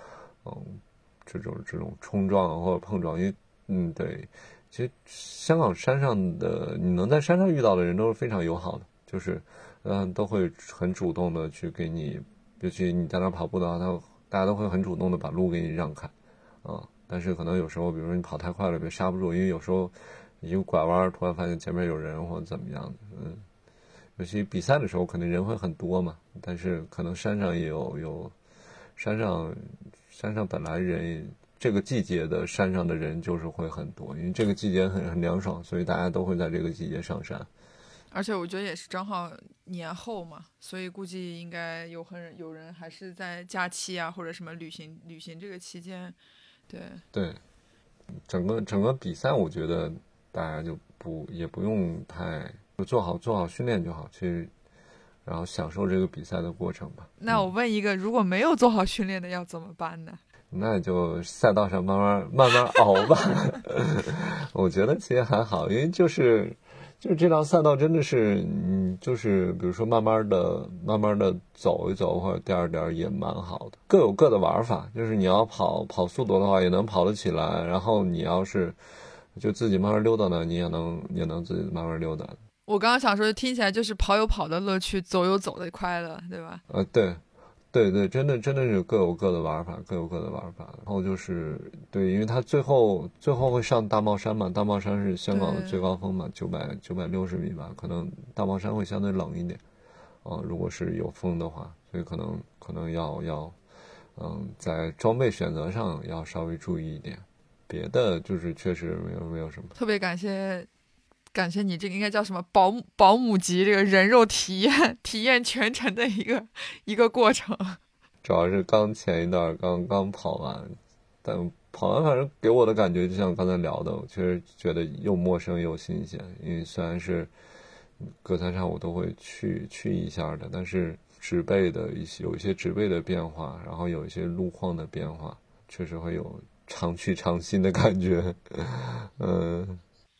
冲撞或者碰撞，因为对。其实香港山上的你能在山上遇到的人都是非常友好的，就是都会很主动的去给你，尤其你在那跑步的话，大家都会很主动的把路给你让开但是可能有时候比如说你跑太快了别刹不住，因为有时候一个拐弯突然发现前面有人或者怎么样的尤其比赛的时候可能人会很多嘛，但是可能山上也有山上本来人这个季节的山上的人就是会很多，因为这个季节很凉爽，所以大家都会在这个季节上山。 而且我觉得也是正好年后嘛，所以估计应该有人还是在假期啊或者什么旅行这个期间。对， 整个比赛我觉得大家就也不用太做好训练就好，去然后享受这个比赛的过程吧。 那我问一个，如果没有做好训练的要怎么办呢？ 那就赛道上慢慢熬吧。我觉得其实还好，因为就是这条赛道真的是就是比如说慢慢的走一走或者颠也蛮好的，各有各的玩法，就是你要跑速度的话也能跑得起来，然后你要是就自己慢慢溜达呢，你也能自己慢慢溜达。 我刚刚想说听起来就是跑有跑的乐趣，走有走的快乐，对吧？ 对，真的是各有各的玩法。然后就是对，因为它最后会上大帽山嘛，大帽山是香港的最高峰嘛，960米吧，可能大帽山会相对冷一点如果是有风的话，所以可能要在装备选择上要稍微注意一点，别的就是确实没有什么。 特别感谢你，这个应该叫什么保姆级这个人肉体验全程的一个过程。 主要是前一段刚跑完，但跑完反正给我的感觉就像刚才聊的，我确实觉得又陌生又新鲜。因为虽然是隔3场我都会去一下的，但是有一些植被的变化，然后有一些路况的变化，确实会有常去常新的感觉。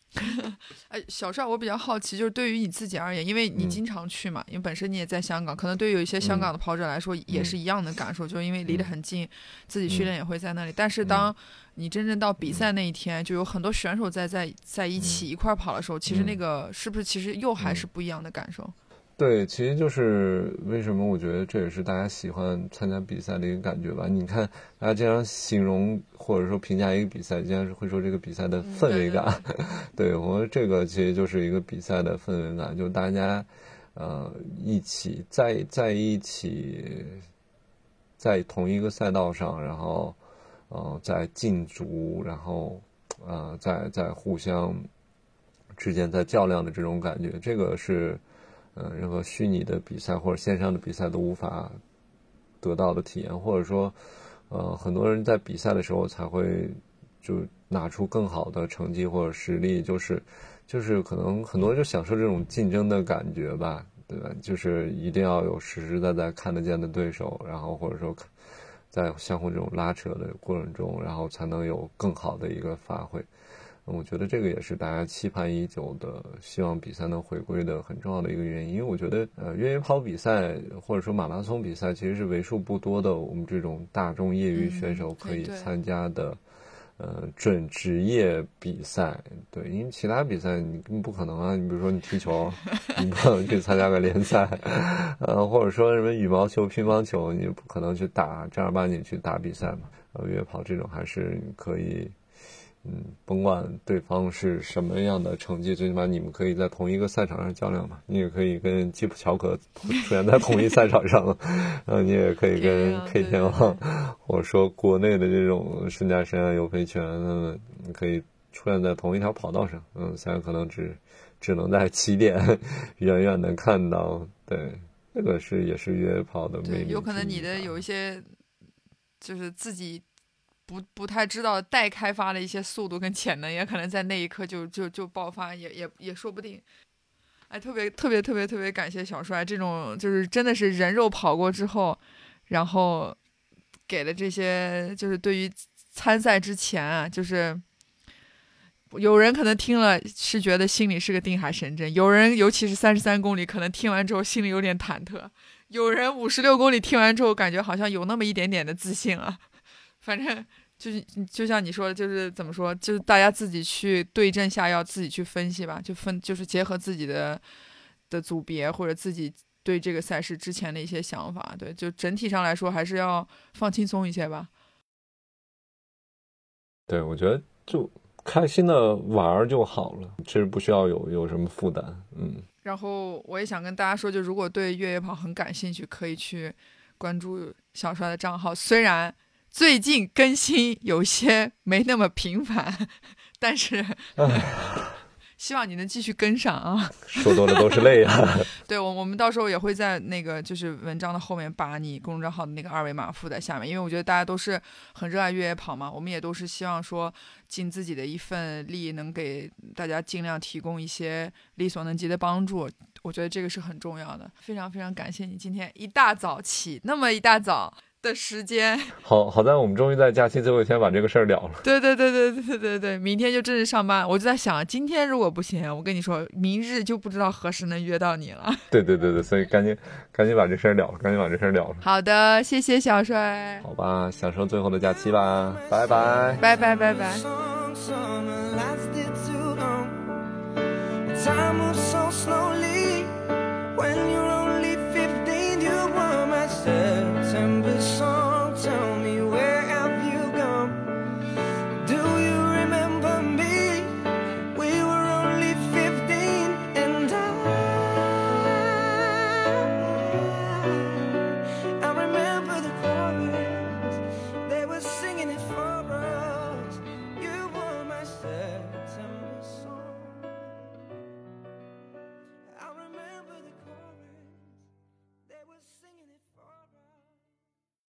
哎，小帅，我比较好奇，就是对于你自己而言，因为你经常去嘛，因为本身你也在香港，可能对于有一些香港的跑者来说也是一样的感受，就是因为离得很近，自己训练也会在那里。但是当你真正到比赛那一天，就有很多选手在一起一块跑的时候，其实那个是不是其实又还是不一样的感受？ 对，其实就是为什么我觉得这也是大家喜欢参加比赛的一个感觉吧。你看，大家经常形容或者说评价一个比赛，经常是会说这个比赛的氛围感。对，我说这个其实就是一个比赛的氛围感，就大家一起在一起，在同一个赛道上，然后在竞逐，然后在互相之间在较量的这种感觉，这个是。任何虚拟的比赛或者线上的比赛都无法得到的体验，或者说，很多人在比赛的时候才会就拿出更好的成绩或者实力，就是可能很多人就享受这种竞争的感觉吧，对吧？就是一定要有实实在在看得见的对手，然后或者说在相互这种拉扯的过程中，然后才能有更好的一个发挥。我觉得这个也是大家期盼已久的，希望比赛能回归的很重要的一个原因。因为我觉得，越野跑比赛或者说马拉松比赛，其实是为数不多的我们这种大众业余选手可以参加的，准职业比赛。对，因为其他比赛你根本不可能啊，你比如说你踢球，你不可能去参加个联赛，或者说什么羽毛球、乒乓球，你不可能去打正儿八经去打比赛嘛。越野跑这种还是可以。甭管对方是什么样的成绩，最起码你们可以在同一个赛场上较量嘛。你也可以跟基普乔克出现在同一赛场上，你也可以跟 K 天王，或者说国内的这种孙家山、尤培权，你可以出现在同一条跑道上。现在可能只能在起点远远的看到。对，这个也是越野跑的魅力。 有可能你的有一些就是自己。不太知道待开发的一些速度跟潜能，也可能在那一刻就爆发，也说不定。哎，特别感谢小帅，这种就是真的是人肉跑过之后，然后给的这些就是对于参赛之前啊，就是有人可能听了是觉得心里是个定海神针，有人尤其是33公里可能听完之后心里有点忐忑，有人56公里听完之后感觉好像有那么一点点的自信了。反正就像你说的，就是怎么说，就是大家自己去对症下药，自己去分析吧，就是结合自己的组别或者自己对这个赛事之前的一些想法，对，就整体上来说还是要放轻松一些吧。 对，我觉得就开心的玩就好了，其实不需要有什么负担。 然后我也想跟大家说，就如果对越野跑很感兴趣，可以去关注小帅的账号，虽然最近更新有些没那么频繁，但是希望你能继续跟上啊！ 说多了都是泪啊！ 对，我们到时候也会在那个就是文章的后面把你公众账号的那个2维码附在下面，因为我觉得大家都是很热爱越野跑嘛，我们也都是希望说尽自己的一份力，能给大家尽量提供一些力所能及的帮助。我觉得这个是很重要的。非常非常感谢你今天一大早起，那么一大早的时间，好在我们终于在假期最后一天把这个事儿了了。 对，明天就正式上班。我就在想，今天如果不行，我跟你说，明日就不知道何时能约到你了。对， 所以赶紧把这事儿了了， 好的，谢谢小帅。 好吧，享受最后的假期吧，拜拜。 Time moves so slowly when you're